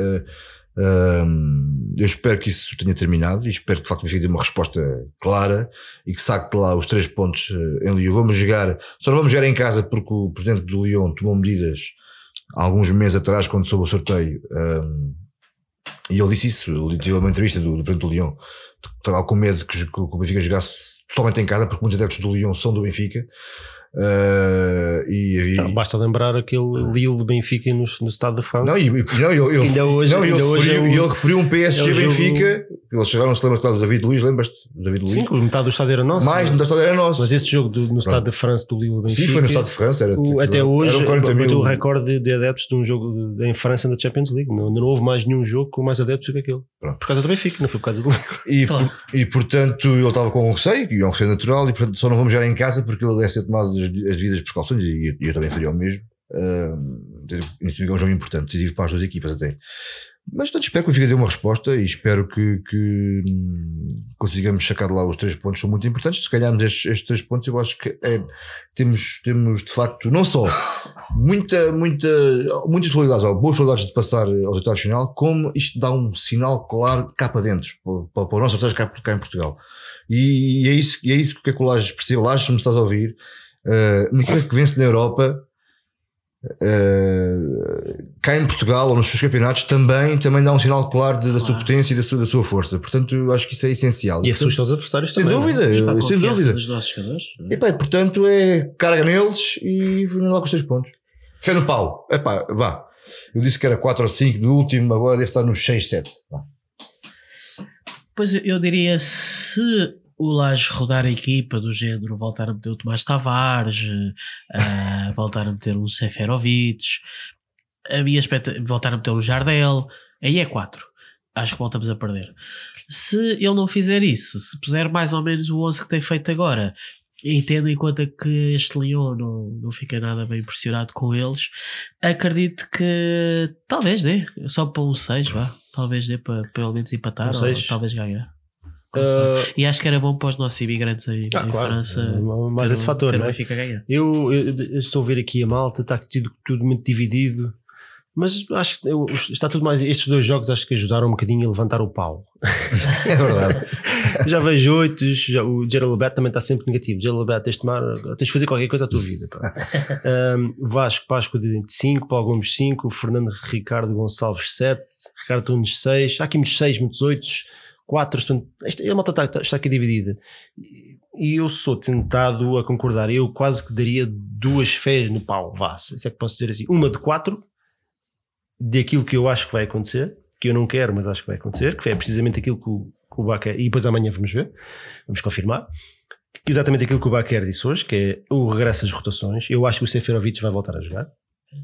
Speaker 3: eu espero que isso tenha terminado e espero que de facto me fique uma resposta clara e que saque de lá os 3 pontos em Lyon. Só não vamos jogar em casa porque o presidente do Lyon tomou medidas há alguns meses atrás quando soube o sorteio, e ele disse isso. Ele tive uma entrevista do presidente do Lyon, estava com medo que o Benfica jogasse totalmente em casa, porque muitos adeptos do Lyon são do Benfica.
Speaker 2: Basta lembrar aquele Lille de Benfica no Stade de France.
Speaker 3: Ele referiu um PSG Benfica. Eles chegaram, se lembra do David Luiz, lembras-te? David Luiz?
Speaker 2: Sim, metade do estádio era nosso.
Speaker 3: Mais metade do estádio era nosso.
Speaker 2: Mas esse jogo no Stade de France do Lille Benfica.
Speaker 3: Sim, foi no Stade de France.
Speaker 2: Até hoje
Speaker 3: bateu
Speaker 2: o recorde de adeptos de um jogo em França na Champions League. Não houve mais nenhum jogo com mais adeptos do que aquele. Pronto. Por causa do Benfica, não foi por causa do Lille.
Speaker 3: E portanto ele estava com um receio, e é um receio natural, e portanto só não vamos jogar em casa porque ele deve ter tomado as devidas precauções, e eu também faria o mesmo. É um jogo importante, decisivo para as duas equipas até. Mas portanto, espero que o Benfica dê uma resposta e espero que consigamos sacar de lá os 3 pontos, são muito importantes. Se calharmos estes 3 pontos, eu acho que temos de facto não só muitas probabilidades, ou boas probabilidades de passar aos oitavos de final, como isto dá um sinal claro cá para dentro, para o nosso adversário cá em Portugal. E é isso que o Lages percebe. Lages, se me estás a ouvir, uma equipa que vence na Europa, cá em Portugal ou nos seus campeonatos também dá um sinal claro da sua potência e da sua força. Portanto, eu acho que isso é essencial.
Speaker 2: E assusta os adversários
Speaker 3: sem
Speaker 2: também.
Speaker 3: Sem dúvida.
Speaker 4: Dos nossos jogadores.
Speaker 3: Portanto, é carga neles e vamos lá com os 3 pontos. Fé no pau. Vá. Eu disse que era 4 ou 5 no último, agora deve estar nos 6, 7.
Speaker 4: Pois eu diria, se o Lages rodar a equipa do género, voltar a meter o Tomás Tavares, voltar a meter um Seferovic, voltar a meter um Jardel, aí é 4. Acho que voltamos a perder. Se ele não fizer isso, se puser mais ou menos o 11 que tem feito agora, e tendo em conta que este Lyon não fica nada bem impressionado com eles, acredito que talvez dê, só para um 6, vá. Talvez dê para pelo menos empatar, ou talvez ganhar. E acho que era bom para os nossos imigrantes em França.
Speaker 2: Mais esse fator, não é? Eu estou a ver aqui a malta, está tudo muito dividido. Mas acho que está tudo mais. Estes 2 jogos acho que ajudaram um bocadinho a levantar o pau.
Speaker 3: É verdade.
Speaker 2: Já vejo 8. O Gerald Bet também está sempre negativo. Gerald Bet, tens de fazer qualquer coisa à tua vida. Vasco Páscoa de 5, Paulo Gomes 5, Fernando Ricardo Gonçalves 7, Ricardo Tunes 6. Há aqui muitos 6, muitos 8, 4. A malta está aqui dividida. E eu sou tentado a concordar. Eu quase que daria 2 fés no pau. Se é que posso dizer assim. Uma de 4. Daquilo que eu acho que vai acontecer, que eu não quero, mas acho que vai acontecer, que é precisamente aquilo que o Baquer, e depois amanhã vamos confirmar, que exatamente aquilo que o Baquer disse hoje, que é o regresso às rotações. Eu acho que o Seferovic vai voltar a jogar.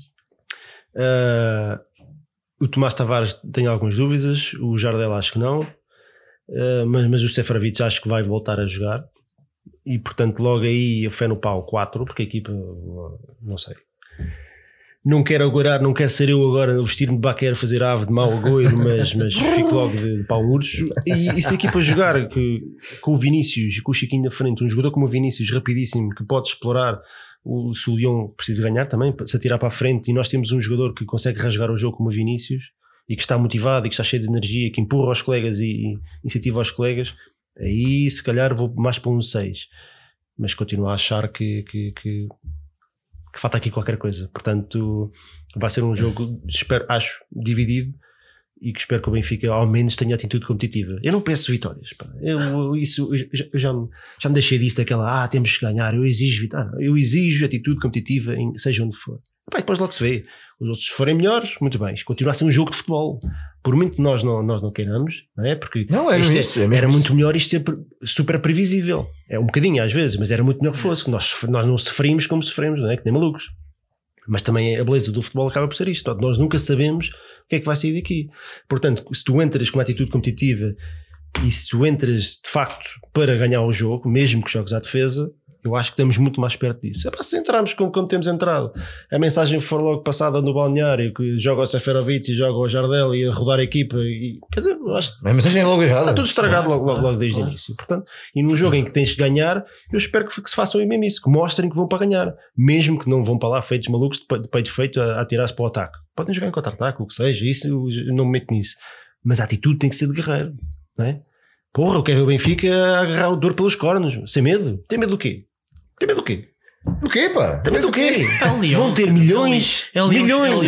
Speaker 2: O Tomás Tavares tem algumas dúvidas, o Jardel acho que não, mas o Seferovic acho que vai voltar a jogar, e portanto logo aí a fé no pau 4, porque a equipa, não sei, não quero agora, não quero ser eu agora a vestir-me de baqueiro, fazer ave de mau agouro, mas fico logo de pau urso. E se a equipa jogar com o Vinícius e com o Chiquinho na frente, um jogador como o Vinícius rapidíssimo, que pode explorar, se o Lyon precisa ganhar também, se atirar para a frente, e nós temos um jogador que consegue rasgar o jogo como o Vinícius e que está motivado e que está cheio de energia, que empurra os colegas e incentiva os colegas, aí se calhar vou mais para um 6, mas continuo a achar que falta aqui qualquer coisa. Portanto, vai ser um jogo, acho, dividido, e que espero que o Benfica ao menos tenha atitude competitiva. Eu não peço vitórias, pá. Eu já me deixei disso, daquela, temos que ganhar, eu exijo vitória. Eu exijo atitude competitiva, seja onde for. Pá, depois logo se vê. Os outros se forem melhores, muito bem. Isto continua a ser um jogo de futebol. Por muito que nós não queiramos, não é? Porque era muito melhor isto ser super previsível. É um bocadinho às vezes, mas era muito melhor que fosse. Nós não sofrimos como sofremos, não é? Que nem malucos. Mas também a beleza do futebol acaba por ser isto. Nós nunca sabemos o que é que vai sair daqui. Portanto, se tu entras com uma atitude competitiva e se tu entras de facto para ganhar o jogo, mesmo que jogues à defesa, eu acho que estamos muito mais perto disso. É para se entrarmos como temos entrado, a mensagem for logo passada no balneário, que joga o Seferovic e joga o Jardel e a rodar a equipa, quer dizer, eu acho
Speaker 3: a mensagem é logo errada.
Speaker 2: Está tudo estragado logo desde o início. Portanto, e num jogo em que tens que ganhar, eu espero que se façam mesmo isso, que mostrem que vão para ganhar, mesmo que não vão para lá feitos malucos de peito feito a tirar-se para o ataque. Podem jogar em contra-ataque, o que seja, isso eu não me meto nisso, mas a atitude tem que ser de guerreiro, não é? Porra, eu quero ver o Benfica agarrar o dor pelos cornos, sem medo. Tem medo do quê? Tem medo do quê?
Speaker 3: Do quê, pá?
Speaker 2: Tem medo do quê?
Speaker 4: Leão.
Speaker 2: Vão ter milhões. Milhões.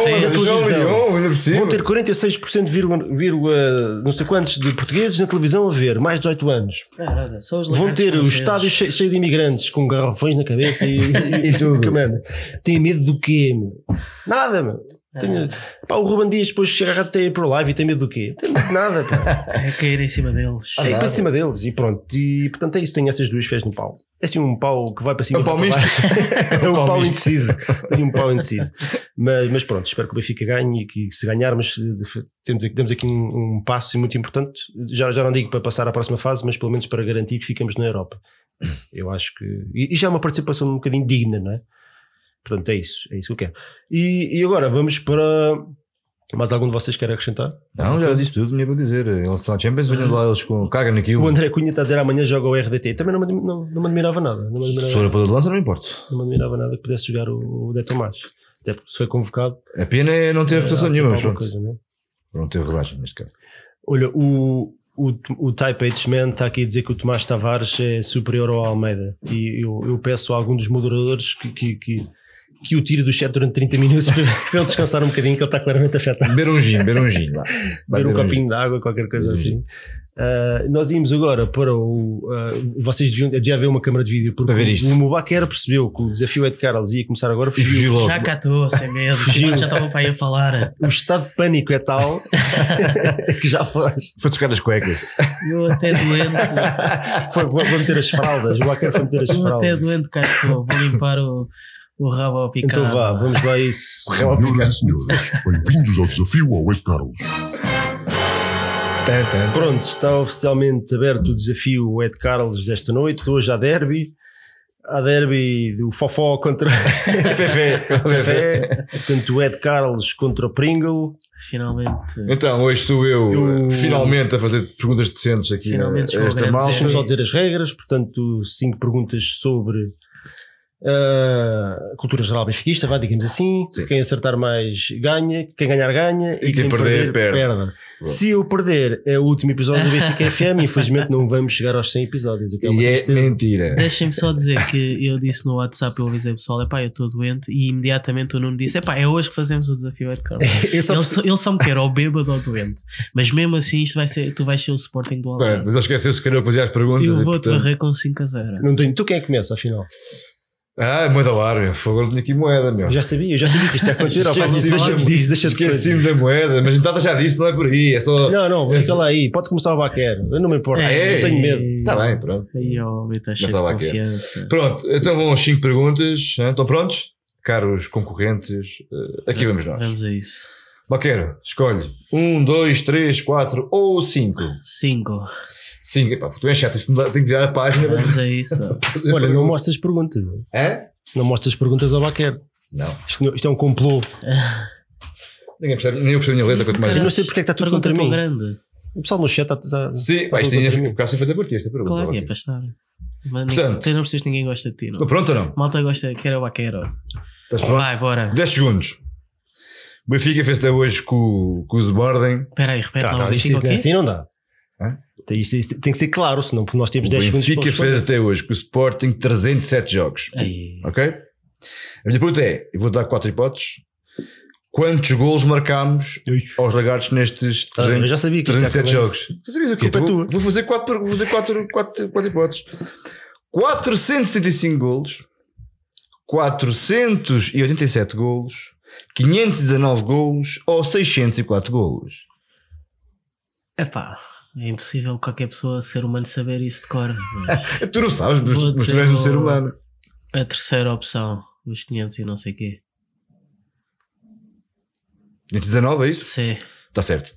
Speaker 2: Vão ter 46% não sei quantos de portugueses na televisão a ver, mais de 18 anos. Vão ter o estádio cheio de imigrantes com garrafões na cabeça e tudo. Tem medo do quê, meu? Nada, meu. O Ruben Dias depois chega a casa até ir para o live e tem medo do quê? Tem medo de nada, pá.
Speaker 4: É cair em cima deles.
Speaker 2: É para cima deles e pronto. E portanto é isso, tenho essas duas fés no pau. É assim um pau que vai para cima.
Speaker 3: É um pau misto.
Speaker 2: É um pau indeciso. Tem um pau indeciso. Mas pronto, espero que o Benfica ganhe e que se ganharmos temos aqui um passo muito importante. Já não digo para passar à próxima fase, mas pelo menos para garantir que ficamos na Europa. Eu acho que. E já é uma participação um bocadinho digna, não é? Portanto, é isso que eu quero. E agora vamos para. Mais algum de vocês quer acrescentar?
Speaker 3: Não, já disse tudo, tinha para dizer. Eles são Champions, venham lá eles com caga naquilo.
Speaker 2: O André Cunha está a dizer amanhã joga o RDT. Também não me admirava nada.
Speaker 3: Se for a ponta de lança, não importa.
Speaker 2: Não me admirava nada que pudesse jogar o De Tomás. Até porque se foi convocado.
Speaker 3: A pena é não ter rotação nenhuma.
Speaker 2: Coisa, não é?
Speaker 3: Não ter rodagem neste caso.
Speaker 2: Olha, o Type H-Man está aqui a dizer que o Tomás Tavares é superior ao Almeida. E eu peço a algum dos moderadores que o tire do chat durante 30 minutos para ele descansar um bocadinho, que ele está claramente afetado.
Speaker 3: Beber um gin.
Speaker 2: Beber um copinho de água, qualquer coisa assim. Nós íamos agora para vocês deviam haver uma câmara de vídeo, porque o Mubaquera percebeu que o desafio Ed Carlos ia começar agora, fugiu logo.
Speaker 4: Já cá estou, sem medo, já estava para aí a falar.
Speaker 2: O estado de pânico é tal que já faz.
Speaker 3: Foi tocar as cuecas.
Speaker 4: Eu até doente.
Speaker 2: Vou meter as fraldas. O Mubaquera foi meter as fraldas.
Speaker 4: Eu até doente, cá estou. Vou limpar o rabo ao picado.
Speaker 2: Então vá, vamos lá a isso.
Speaker 5: Senhoras e senhores, bem-vindos ao desafio ao Ed Carlos.
Speaker 2: Pronto, está oficialmente aberto o desafio Ed Carlos desta noite. Hoje há derby do Fofó contra Fefé. Portanto, o Ed Carlos contra o Pringle.
Speaker 4: Finalmente.
Speaker 3: Então, hoje sou eu finalmente a fazer perguntas decentes aqui esta malta.
Speaker 2: Deixa-me só dizer as regras. Portanto, 5 perguntas sobre cultura geral benfiquista, digamos assim. Sim. Quem acertar mais ganha, quem ganhar ganha e quem perder perde. Se eu perder é o último episódio do Benfica FM. Infelizmente não vamos chegar aos 100 episódios.
Speaker 3: E é mentira.
Speaker 4: Deixem-me só dizer que eu disse no WhatsApp, eu avisei o pessoal, eu estou doente, e imediatamente o Nuno disse, é hoje que fazemos o desafio Ed Carlos. Ele só me quer ou bêbado ou doente, mas mesmo assim isto vai ser, tu vais ser o Sporting do Algarve.
Speaker 3: Mas eu esqueci-se que eu fazia as perguntas.
Speaker 4: Eu vou-te varrer com 5-0.
Speaker 2: Não tenho. Tu quem é que começa afinal?
Speaker 3: Moeda ao ar, agora tenho aqui moeda, meu.
Speaker 2: Eu já sabia que isto ia acontecer.
Speaker 3: Esqueci-me da moeda, mas então já disse, não é por aí. É só.
Speaker 2: Não, fica lá aí. Pode começar o Baquer. Eu não me importo. Eu tenho medo.
Speaker 3: Está bem, pronto.
Speaker 4: Aí, começar o Baquer.
Speaker 3: Pronto, então vão às 5 perguntas. Estão prontos? caros concorrentes, aqui vamos nós.
Speaker 4: Vamos a isso.
Speaker 3: Baquero, escolhe 1, 2, 3, 4 ou 5.
Speaker 4: 5.
Speaker 3: 5, epá, tu és chato, tenho que virar a página.
Speaker 4: Vamos a isso.
Speaker 2: Olha, não mostras perguntas.
Speaker 3: É?
Speaker 2: Não mostras perguntas ao Baquer.
Speaker 3: Não.
Speaker 2: Isto é um complô.
Speaker 3: Ninguém percebe, nem eu percebo a minha letra, quanto mais.
Speaker 2: Eu não sei porque é que está tudo
Speaker 4: Pergunta
Speaker 2: contra
Speaker 4: tão
Speaker 2: mim.
Speaker 4: grande.
Speaker 2: O pessoal no chat está.
Speaker 3: Sim, pá, isto tinha o caso foi feito a partir esta pergunta.
Speaker 4: Claro, é
Speaker 3: ok.
Speaker 4: para estar. Mas
Speaker 3: Portanto,
Speaker 4: tu não percebes que ninguém gosta de ti, não?
Speaker 3: Estou pronto ou não?
Speaker 4: Malta gosta, quer o Baquero.
Speaker 3: Estás pronto?
Speaker 4: Vai, bora.
Speaker 3: 10 segundos. O Benfica fez até hoje com o Sporting.
Speaker 4: Espera aí, repete lá o
Speaker 2: Isto
Speaker 4: Benfica, ok?
Speaker 2: assim não dá.
Speaker 3: Hã?
Speaker 2: Isto tem que ser claro, senão porque nós temos
Speaker 3: O
Speaker 2: 10 segundos para
Speaker 3: Benfica
Speaker 2: responder.
Speaker 3: fez até hoje com o Sporting 307 jogos.
Speaker 4: Aí.
Speaker 3: Ok? A minha pergunta é: eu vou dar 4 hipóteses. Quantos golos marcámos
Speaker 2: Ui.
Speaker 3: aos lagartos nestes
Speaker 2: Eu já sabia que isto ia
Speaker 3: 307
Speaker 2: acabar.
Speaker 3: jogos? Você sabias o quê?
Speaker 2: Culpa é tua.
Speaker 3: Vou fazer 4 hipóteses: 475 golos, 487 golos, 519 golos ou 604 golos.
Speaker 4: Epá, é impossível qualquer pessoa, ser humano, saber isso de cor. Mas
Speaker 3: Tu não sabes, mas
Speaker 4: Vou
Speaker 3: tu
Speaker 4: dizer
Speaker 3: és um
Speaker 4: o-
Speaker 3: ser humano.
Speaker 4: a terceira opção, os 500 e não sei o quê.
Speaker 3: 519, é isso?
Speaker 4: C.
Speaker 3: Está certo.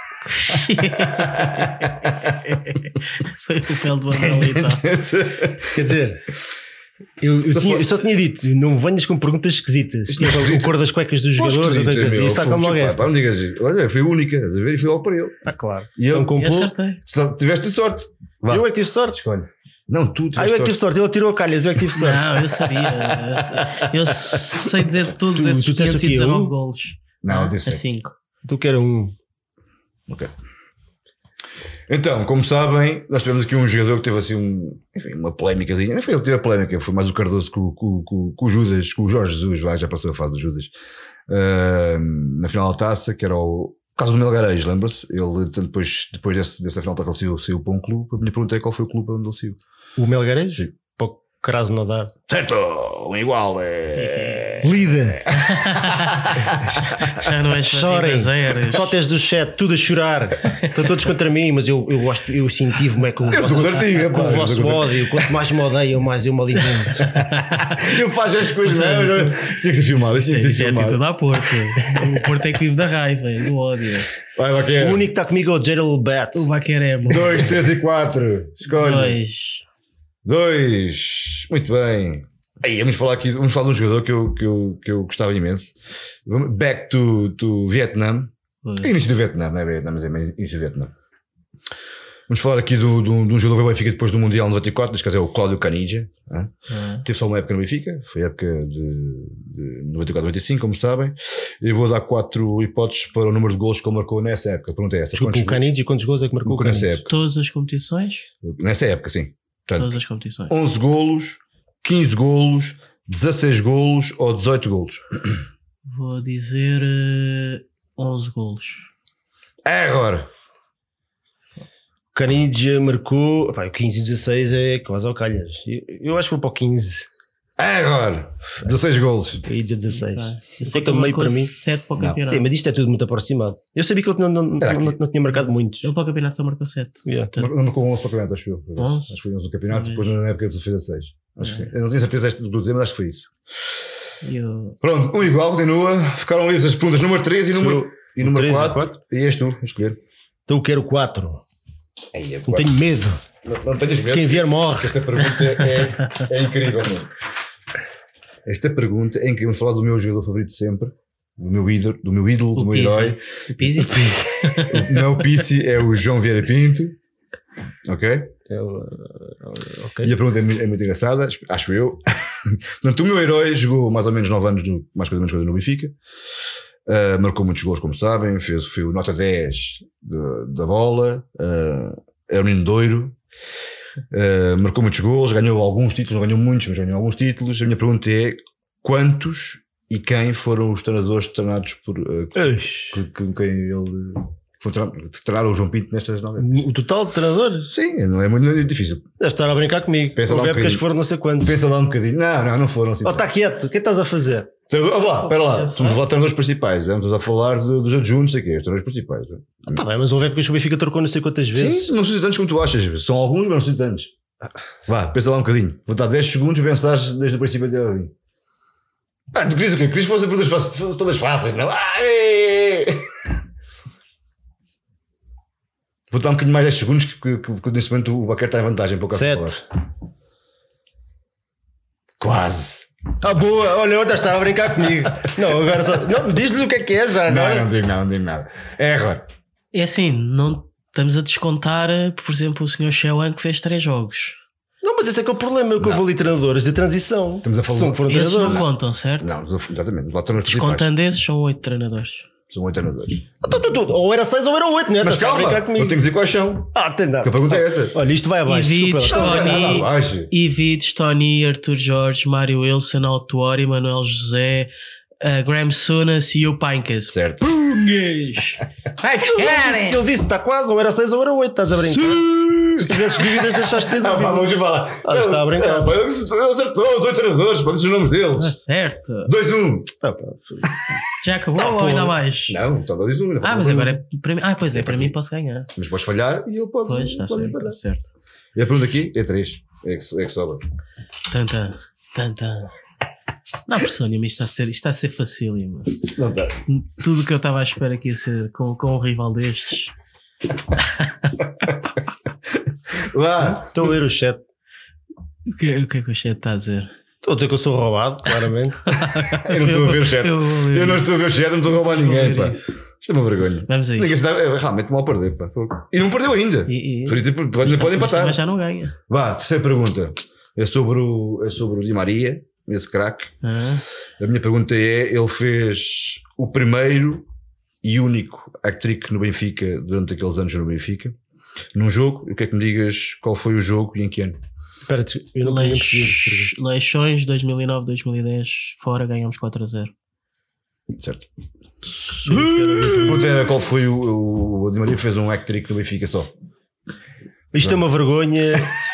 Speaker 4: Foi o pele do Angelita.
Speaker 2: Quer dizer, eu só tinha dito, não venhas com perguntas esquisitas. Tipo, o cor das cuecas dos jogadores. E saca-me logo esta.
Speaker 3: Não me digas, olha, foi única, estás a ver? E foi logo para ele.
Speaker 2: Claro.
Speaker 3: E ele
Speaker 2: Então,
Speaker 4: Eu
Speaker 2: complô.
Speaker 4: acertei.
Speaker 3: Só tiveste sorte. Vá,
Speaker 2: Eu é que tive sorte.
Speaker 3: escolhe. Não, tu tiveste
Speaker 2: Eu é que tive sorte. Ele tirou a calhas, eu é que tive sorte.
Speaker 4: Não, eu sabia. Eu sei dizer todos
Speaker 2: Tu
Speaker 4: esses
Speaker 2: disseste o quê?
Speaker 4: 519
Speaker 2: Um?
Speaker 4: golos.
Speaker 3: Não, eu
Speaker 4: A
Speaker 3: disse
Speaker 4: 5.
Speaker 2: Tu que era um.
Speaker 3: Ok. Então, como sabem, nós tivemos aqui um jogador que teve assim uma polémicazinha. Não foi ele que teve a polémica, foi mais o Cardoso com o Judas, com o Jorge Jesus, já passou a fase do Judas, na final da taça, que era o caso do Melgarejo, lembra-se? Ele, depois dessa final da taça, saiu para um clube. A minha pergunta é qual foi o clube onde ele saiu.
Speaker 2: O Melgarejo? Para o Craso nadar.
Speaker 3: Certo! Um igual é.
Speaker 2: Lida!
Speaker 4: Já não és
Speaker 2: Chorem!
Speaker 4: zero.
Speaker 2: Totes do chat, tudo a chorar. Estão todos contra mim, mas eu gosto, eu incentivo-me com o
Speaker 3: Eu
Speaker 2: vosso,
Speaker 3: estou contigo,
Speaker 2: com o
Speaker 3: rapaz,
Speaker 2: vosso
Speaker 3: eu estou
Speaker 2: ódio. Quanto mais me odeiam, mais eu me alimento.
Speaker 3: Ele faz as coisas, não, tinha que ser filmado. Tinha que ser
Speaker 4: Isso é
Speaker 3: filmado.
Speaker 4: atitude à Porto. O Porto é que vive da raiva, do ódio.
Speaker 3: Vai,
Speaker 2: O
Speaker 3: Baquer.
Speaker 2: único que está comigo é o Gerald Batts.
Speaker 4: O Baqueremo.
Speaker 3: 2, 3 e 4. Escolhe. 2. Muito bem. Aí, vamos falar de um jogador que eu gostava imenso. Back to Vietnam. Início do Vietnam, não é Vietnam, mas é início do Vietnam. Vamos falar aqui de um jogador do Benfica depois do Mundial 94, neste caso é o Cláudio Caniggia. Teve só uma época no Benfica, foi a época de 94-95, como sabem. Eu vou dar 4 hipóteses para o número de golos que ele marcou nessa época. A pergunta é essa:
Speaker 2: Desculpa, o Caniggia, quantos gols é que marcou o
Speaker 3: nessa
Speaker 2: Caniggia?
Speaker 3: época?
Speaker 4: Todas as competições?
Speaker 3: Nessa época, sim. Portanto,
Speaker 4: Todas as competições.
Speaker 3: 11 golos, 15 golos, 16 golos ou 18 golos?
Speaker 4: Vou dizer 11 golos.
Speaker 3: É agora.
Speaker 2: O Caniggia marcou. Pá, o 15 e 16 é quase ao calhas. Eu acho que vou para o 15.
Speaker 3: É agora. 16 golos.
Speaker 2: Eu ia dizer 16.
Speaker 4: Tá. Eu sei que
Speaker 2: Conta
Speaker 4: ele
Speaker 2: meio
Speaker 4: marcou
Speaker 2: para mim.
Speaker 4: 7 para o
Speaker 3: Não.
Speaker 4: campeonato.
Speaker 2: Sim, mas isto é tudo muito aproximado. Eu sabia que ele não tinha marcado muitos.
Speaker 4: Ele para o campeonato só marcou 7.
Speaker 2: Yeah.
Speaker 3: Não marcou 11 para o campeonato, acho eu.
Speaker 4: 11?
Speaker 3: Acho que foi 11 no campeonato, depois na época de 16. Acho que sim. Eu não tenho certeza do que dizer, mas acho que foi isso. Pronto, um igual, continua. Ficaram ali as perguntas número 3 e número 4. E és tu a escolher.
Speaker 2: Então eu quero 4.
Speaker 3: Aí, é
Speaker 2: Não tenho medo.
Speaker 3: Não tenhas medo.
Speaker 2: Quem vier morre.
Speaker 3: Esta pergunta é incrível, mano. Esta pergunta é incrível. Vamos falar do meu jogador favorito de sempre, do meu ídolo, do meu herói.
Speaker 4: O Pizzi?
Speaker 3: Não é o Pissi, é o João Vieira Pinto. Ok?
Speaker 2: Ok.
Speaker 3: E a pergunta é muito engraçada, acho eu. Portanto, o meu herói jogou mais ou menos 9 anos, mais coisa menos coisa, no Benfica. Marcou muitos gols, como sabem. Foi o nota 10 da bola. Era um menino doiro. Marcou muitos gols, ganhou alguns títulos, não ganhou muitos, mas ganhou alguns títulos. A minha pergunta é: quantos e quem foram os treinadores treinados por com quem ele foi treinar o João Pinto nestas 9 épocas?
Speaker 2: O total de treinadores?
Speaker 3: Sim, não é muito difícil.
Speaker 2: Deve estar a brincar comigo.
Speaker 3: Pensa lá
Speaker 2: Houve
Speaker 3: um
Speaker 2: épocas
Speaker 3: bocadinho.
Speaker 2: que foram não sei quantos.
Speaker 3: Pensa lá um bocadinho. Não foram assim.
Speaker 2: Oh, está quieto. O que estás a fazer?
Speaker 3: Espera lá. Estamos a falar de treinadores principais. Estamos a falar dos adjuntos aqui, os treinadores principais.
Speaker 2: Está bem, mas houve épocas que o Benfica trocou não sei quantas vezes.
Speaker 3: Sim, não são tantos como tu achas. São alguns, mas não são tantos. Vá, pensa lá um bocadinho. Vou dar 10 segundos e pensar desde o princípio até ao fim. Tu querias o quê? Querias que fossem perguntas todas fáceis, não? Vou dar um bocadinho mais 10 segundos que neste momento o Baquer está em vantagem para o
Speaker 2: 7.
Speaker 3: Quase.
Speaker 2: Boa, olha, outra estava a brincar comigo. Não, agora só. Não, diz-lhe o que é já.
Speaker 3: Não digo nada. É agora.
Speaker 4: É assim, não estamos a descontar, por exemplo, o Sr. Shewan que fez 3 jogos.
Speaker 2: Não, mas esse é que é o problema. Eu vou ali treinadores de transição.
Speaker 3: Estamos a falar
Speaker 2: foram
Speaker 4: esses
Speaker 2: treinadores.
Speaker 4: não contam, certo?
Speaker 3: Não, exatamente. Lá estão os
Speaker 4: Descontando esses, são 8 treinadores.
Speaker 3: São 8 treinadores.
Speaker 2: Ou era 6 ou era 8, não é?
Speaker 3: Mas
Speaker 2: Estás a
Speaker 3: calma,
Speaker 2: brincar
Speaker 3: eu
Speaker 2: comigo.
Speaker 3: tenho que dizer quais são.
Speaker 2: Tem dado.
Speaker 3: A pergunta é essa.
Speaker 2: Olha, isto vai abaixo.
Speaker 4: Ivites,
Speaker 2: Desculpa,
Speaker 4: Tony, Ivites, Tony, Arthur Jorge, Mário Wilson, Autuori, Manuel José, Graham Souness e o Pincas.
Speaker 3: Certo.
Speaker 4: Punhas! Vai buscarem!
Speaker 2: Ele disse está quase, ou era 6 ou era 8, estás a brincar. Se tivesses dúvidas, deixaste de ter dúvidas.
Speaker 3: Vamos falar.
Speaker 2: Está a brincar.
Speaker 3: Ele acertou os 8 treinadores, pode dizer os nomes
Speaker 4: Está
Speaker 3: deles.
Speaker 4: certo.
Speaker 3: 2-1.
Speaker 4: Já acabou ou ainda mais?
Speaker 3: Não, então 2-1.
Speaker 4: Mas agora é para mim. Pois é, para mim posso ganhar.
Speaker 3: Mas podes falhar e ele pode.
Speaker 4: Pois, está certo,
Speaker 3: empatar.
Speaker 4: está certo.
Speaker 3: E a pergunta aqui é 3. É que sobra.
Speaker 4: Tanta. Não, Persónia, isto está a ser facílimo.
Speaker 3: Não está.
Speaker 4: Tudo que eu estava à espera que ia ser com um rival destes.
Speaker 3: Vá.
Speaker 2: Estou a ler o chat.
Speaker 4: O que é que o chat está a dizer?
Speaker 2: Estou a dizer que eu sou roubado, claramente.
Speaker 3: Eu não estou a ver o chat. Eu não estou a ver o chat, não estou a roubar ninguém, pá. Isto é uma vergonha.
Speaker 4: Vamos aí.
Speaker 3: Ninguém se dá, é realmente mal a perder, pá. E não perdeu ainda. Pode empatar.
Speaker 4: Mas já não ganha.
Speaker 3: Vá, terceira pergunta. É sobre o Di Maria, esse craque. A minha pergunta é: ele fez o primeiro e único hat-trick no Benfica durante aqueles anos no Benfica, num jogo. Eu quero que me digas qual foi o jogo e em que ano.
Speaker 2: Espera, eu não podia perceber.
Speaker 4: Leixões 2009-2010, fora, ganhamos 4-0.
Speaker 3: Certo. A pergunta era qual foi o Di Maria fez um hat-trick no Benfica só.
Speaker 2: Isto é uma vergonha.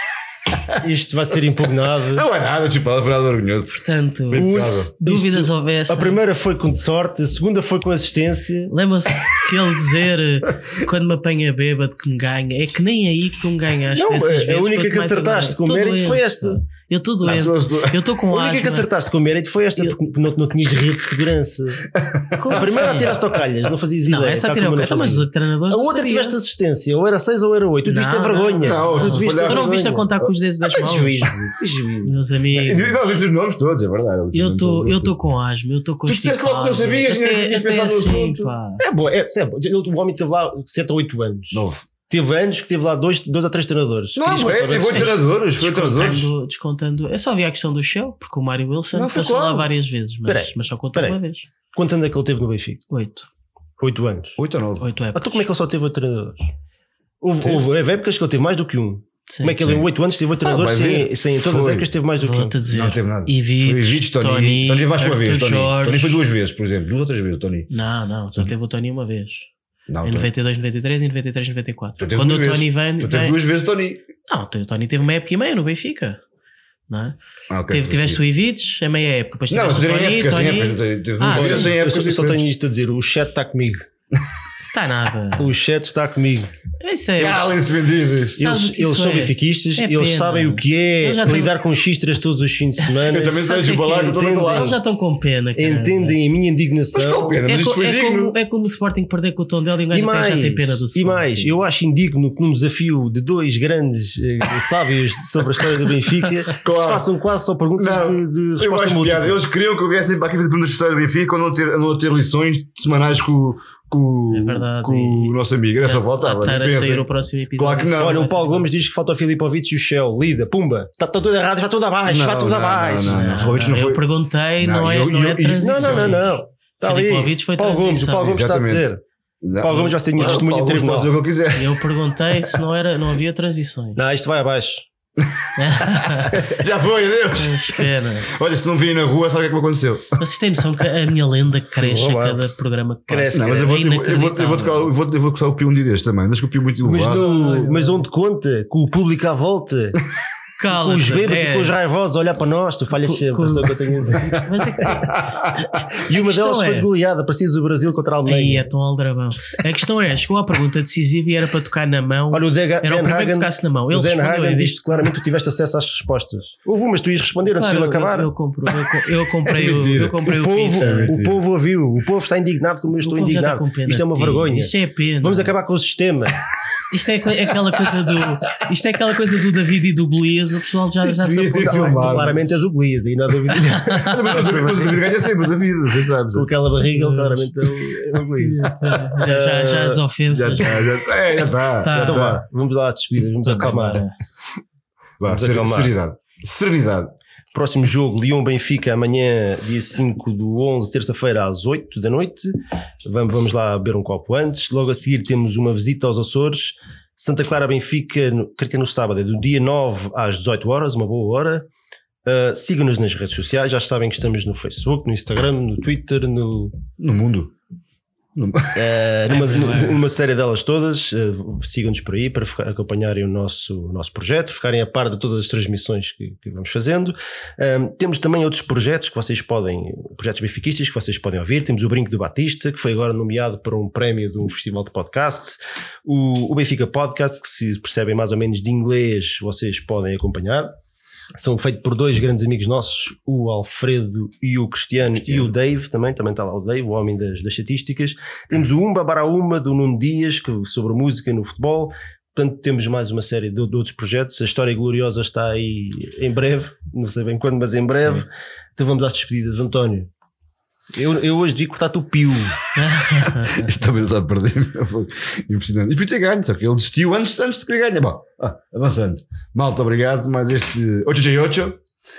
Speaker 2: Isto vai ser impugnado.
Speaker 3: Não é nada, tipo, é verdade vergonhoso.
Speaker 4: Portanto, dúvidas houvesse.
Speaker 2: A primeira foi com sorte, a segunda foi com assistência.
Speaker 4: Lembra-se que ele dizer quando me apanha bêbado que me ganha, é que nem aí que tu me ganhaste.
Speaker 2: Não,
Speaker 4: essas vezes,
Speaker 2: a única que acertaste com mérito foi esta.
Speaker 4: Eu estou doente. Eu estou com asma.
Speaker 2: A única que acertaste com mérito foi esta, porque não tinhas rede de segurança. A primeira atiraste ao calhas, não fazias ideia.
Speaker 4: Não, essa atirei ao calhas, mas os treinadores.
Speaker 2: A outra tiveste assistência, ou era 6 ou era 8. Tu devias ter vergonha.
Speaker 4: Tu não viste a contar com os dedos das mãos.
Speaker 2: Juízo.
Speaker 4: Meus amigos.
Speaker 3: Não, diz os nomes todos, é verdade.
Speaker 4: Eu estou com asma, eu estou com.
Speaker 3: Tu disseste logo que não sabias, tinhas pensado no assunto.
Speaker 2: É bom, o homem teve lá 7 ou 8 anos.
Speaker 3: 9.
Speaker 2: Teve anos que teve lá 2 ou 3 treinadores.
Speaker 3: Não, teve 8 treinadores. Foi treinadores.
Speaker 4: Descontando. Eu só vi a questão do Shell, porque o Mário Wilson passou lá várias vezes, mas só contou uma vez.
Speaker 2: Quantos anos é que ele teve no Benfica?
Speaker 4: 8.
Speaker 2: 8 anos.
Speaker 3: 8 ou 9?
Speaker 4: 8 épocas.
Speaker 2: Então como é que ele só teve 8 treinadores? Houve épocas que ele teve mais do que um.
Speaker 4: Sim,
Speaker 2: como é que ele em 8 anos teve 8 treinadores sem todas as épocas teve mais do que um?
Speaker 4: Vou-te dizer.
Speaker 3: Não teve nada.
Speaker 4: Ivites,
Speaker 3: Tony vais uma vez, Tony.
Speaker 4: Jorge.
Speaker 3: Tony foi 2 vezes, por exemplo. 2 ou 3 vezes, Tony.
Speaker 4: Não, só teve o Tony uma vez.
Speaker 3: Não,
Speaker 4: em 92, 93 e 93, 94.
Speaker 3: Tu
Speaker 4: Quando o Tony vem.
Speaker 3: Tu teve 2 vezes, Tony.
Speaker 4: Não, o Tony teve uma época e meia no Benfica. Não é?
Speaker 3: Okay,
Speaker 4: tiveste o Ivites, a meia época. Depois
Speaker 3: não,
Speaker 4: tiveste o Tony.
Speaker 3: Sem épocas.
Speaker 2: Eu só tenho isto a dizer: o chat está comigo.
Speaker 4: Está nada.
Speaker 2: O chat está comigo.
Speaker 4: Isso é.
Speaker 3: Calem-se vendidos.
Speaker 2: Eles são benfiquistas, eles sabem o que é lidar com xistras todos os fins de semana.
Speaker 3: Eu também sei balar,
Speaker 4: eles já estão com pena. Cara.
Speaker 2: Entendem a minha indignação.
Speaker 3: Mas qual pena? Mas isto foi digno.
Speaker 4: É como o Sporting perder com o Tondela e um gajo já tem pena do Sporting.
Speaker 2: E mais, eu acho indigno que num desafio de 2 grandes sábios sobre a história do Benfica se façam quase só perguntas de resposta múltipla.
Speaker 3: Eles queriam que eu viessem para aqui fazer perguntas de história do Benfica ou não ter lições semanais com o nosso amigo. Era só faltava.
Speaker 4: Claro
Speaker 2: que não. Olha, o Paulo Gomes diz que falta o Filipovic e o Shell. Lida, pumba. Está tudo errado, vai tudo abaixo. Vai tudo abaixo.
Speaker 4: Eu perguntei, não é transição.
Speaker 2: Não. Está ali.
Speaker 4: Foi
Speaker 2: Paulo Gomes, o Paulo Gomes está a dizer. Paulo Gomes vai ser minha testemunha de tribunal.
Speaker 4: Eu perguntei se não havia transições.
Speaker 2: Não, isto vai abaixo.
Speaker 3: Já foi, adeus.
Speaker 4: Espera.
Speaker 3: Olha, se não virem na rua, sabe o que é que me aconteceu?
Speaker 4: Vocês têm noção que a minha lenda cresce a cada programa que
Speaker 2: cresce.
Speaker 3: Não, mas eu vou gostar o Pio um dia deste também. Mas que o Pio muito elevado.
Speaker 2: Mas onde conta? Com o público à volta.
Speaker 4: Cala-te,
Speaker 2: os bêbados e com os raivosos a olhar para nós, tu falhas sempre, é só o que eu tenho a dizer.
Speaker 4: Mas é que,
Speaker 2: E uma delas foi de goleada, parecias o Brasil contra a
Speaker 4: aí
Speaker 2: Alemanha.
Speaker 4: é tão aldrabão. A questão é, chegou à pergunta decisiva e era para tocar na mão.
Speaker 2: Olha, o
Speaker 4: Era o primeiro que
Speaker 2: Hagen,
Speaker 4: tocasse na mão.
Speaker 2: o
Speaker 4: Ele
Speaker 2: Dan
Speaker 4: respondeu
Speaker 2: Hagen
Speaker 4: e
Speaker 2: diz-te claramente que tu tiveste acesso às respostas. Houve umas, tu ias responder antes de ele acabar.
Speaker 4: Eu comprei o
Speaker 2: O povo ouviu, o povo está indignado como eu estou
Speaker 4: povo já está
Speaker 2: indignado.
Speaker 4: com pena
Speaker 2: Isto é uma
Speaker 4: de ti.
Speaker 2: vergonha.
Speaker 4: Isto é pena.
Speaker 2: Vamos acabar com o sistema.
Speaker 4: Isto é aquela coisa do. Isto é aquela coisa do David e do Golias. O pessoal já se
Speaker 3: devia ser
Speaker 4: aponta.
Speaker 3: filmado.
Speaker 2: Tu claramente és o Golias, aí não há dúvida.
Speaker 3: Mas o David ganha sempre, o David, você sabe.
Speaker 2: Com aquela barriga, ele claramente é o Golias.
Speaker 4: Já as ofensas.
Speaker 3: Já está.
Speaker 4: Tá.
Speaker 2: Então vá, vamos lá às despedidas, vamos acalmar.
Speaker 3: Vá,
Speaker 2: Vamos acalmar.
Speaker 3: Serenidade.
Speaker 2: Próximo jogo, Lyon-Benfica, amanhã, dia 5/11, terça-feira, às 8 da noite. Vamos lá beber um copo antes. Logo a seguir temos uma visita aos Açores. Santa Clara-Benfica, creio que é no sábado, é do dia 9 às 18 horas, uma boa hora. Sigam-nos nas redes sociais, já sabem que estamos no Facebook, no Instagram, no Twitter,
Speaker 3: No mundo.
Speaker 2: numa série delas todas. Sigam-nos por aí para acompanharem o nosso projeto, ficarem a par de todas as transmissões que vamos fazendo. Temos também outros projetos que vocês podem, projetos benfiquistas que vocês podem ouvir. Temos o Brinco do Batista, que foi agora nomeado para um prémio de um festival de podcast. O Benfica Podcast, que se percebem mais ou menos de inglês, vocês podem acompanhar. São feitos por dois grandes amigos nossos, o Alfredo e o Cristiano. E o Dave, também está lá o Dave, o homem das estatísticas. Temos o Umba Baraúma do Nuno Dias, sobre música no futebol. Portanto, temos mais uma série de outros projetos. A História Gloriosa está aí em breve, não sei bem quando, mas em breve. Sim. Então vamos às despedidas. António, eu hoje digo cortar-te o pio.
Speaker 3: Isto também está a perder. Impressionante. E por ter ganho, só que ele desistiu antes de querer ganhar. Bom, avançando. Malta, obrigado por mais este 8J8.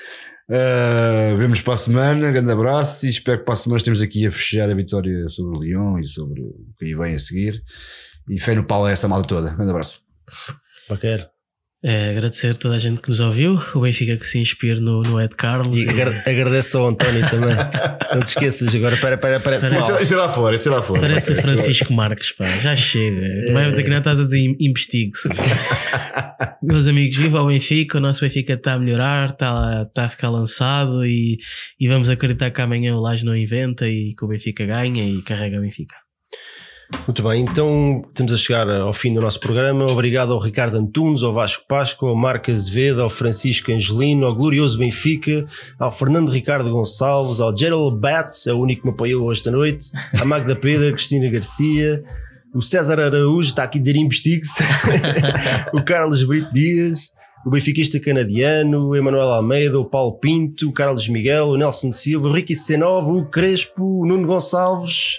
Speaker 3: Vemos para a semana. Grande abraço e espero que para a semana estejamos aqui a fechar a vitória sobre o Lyon e sobre o que aí vem a seguir. E fé no pau a essa malta toda. Grande abraço.
Speaker 2: Paquero.
Speaker 4: Agradecer a toda a gente que nos ouviu, o Benfica que se inspire no Ed Carlos.
Speaker 2: E agradeço ao António também. Não te esqueças agora, parece mal.
Speaker 3: Isso é lá fora.
Speaker 4: Parece o Francisco Marques, pá, já chega. Daqui não estás a dizer investigue-se. Meus amigos, viva o Benfica, o nosso Benfica está a melhorar, está a ficar lançado e vamos acreditar que amanhã o Laje não inventa e que o Benfica ganha e carrega o Benfica.
Speaker 2: Muito bem, então estamos a chegar ao fim do nosso programa. Obrigado ao Ricardo Antunes, ao Vasco Páscoa, ao Marco Azevedo, ao Francisco Angelino, ao Glorioso Benfica, ao Fernando Ricardo Gonçalves, ao Gerald Batts, é o único que me apoiou hoje da noite, à Magda Pedro, a Cristina Garcia, o César Araújo, está aqui a dizer investigue-se, o Carlos Brito Dias, o benfiquista canadiano, o Emanuel Almeida, o Paulo Pinto, o Carlos Miguel, o Nelson Silva, o Ricky Cenovo, o Crespo, o Nuno Gonçalves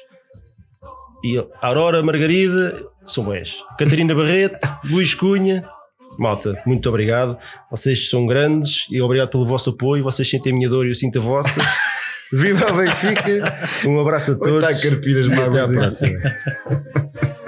Speaker 2: e a Aurora Margarida, são bons. Catarina Barreto, Luís Cunha. Malta, muito obrigado. Vocês são grandes e obrigado pelo vosso apoio. Vocês sentem a minha dor e eu sinto a vossa. Viva o Benfica. Um abraço a todos.
Speaker 3: Até à
Speaker 2: próxima.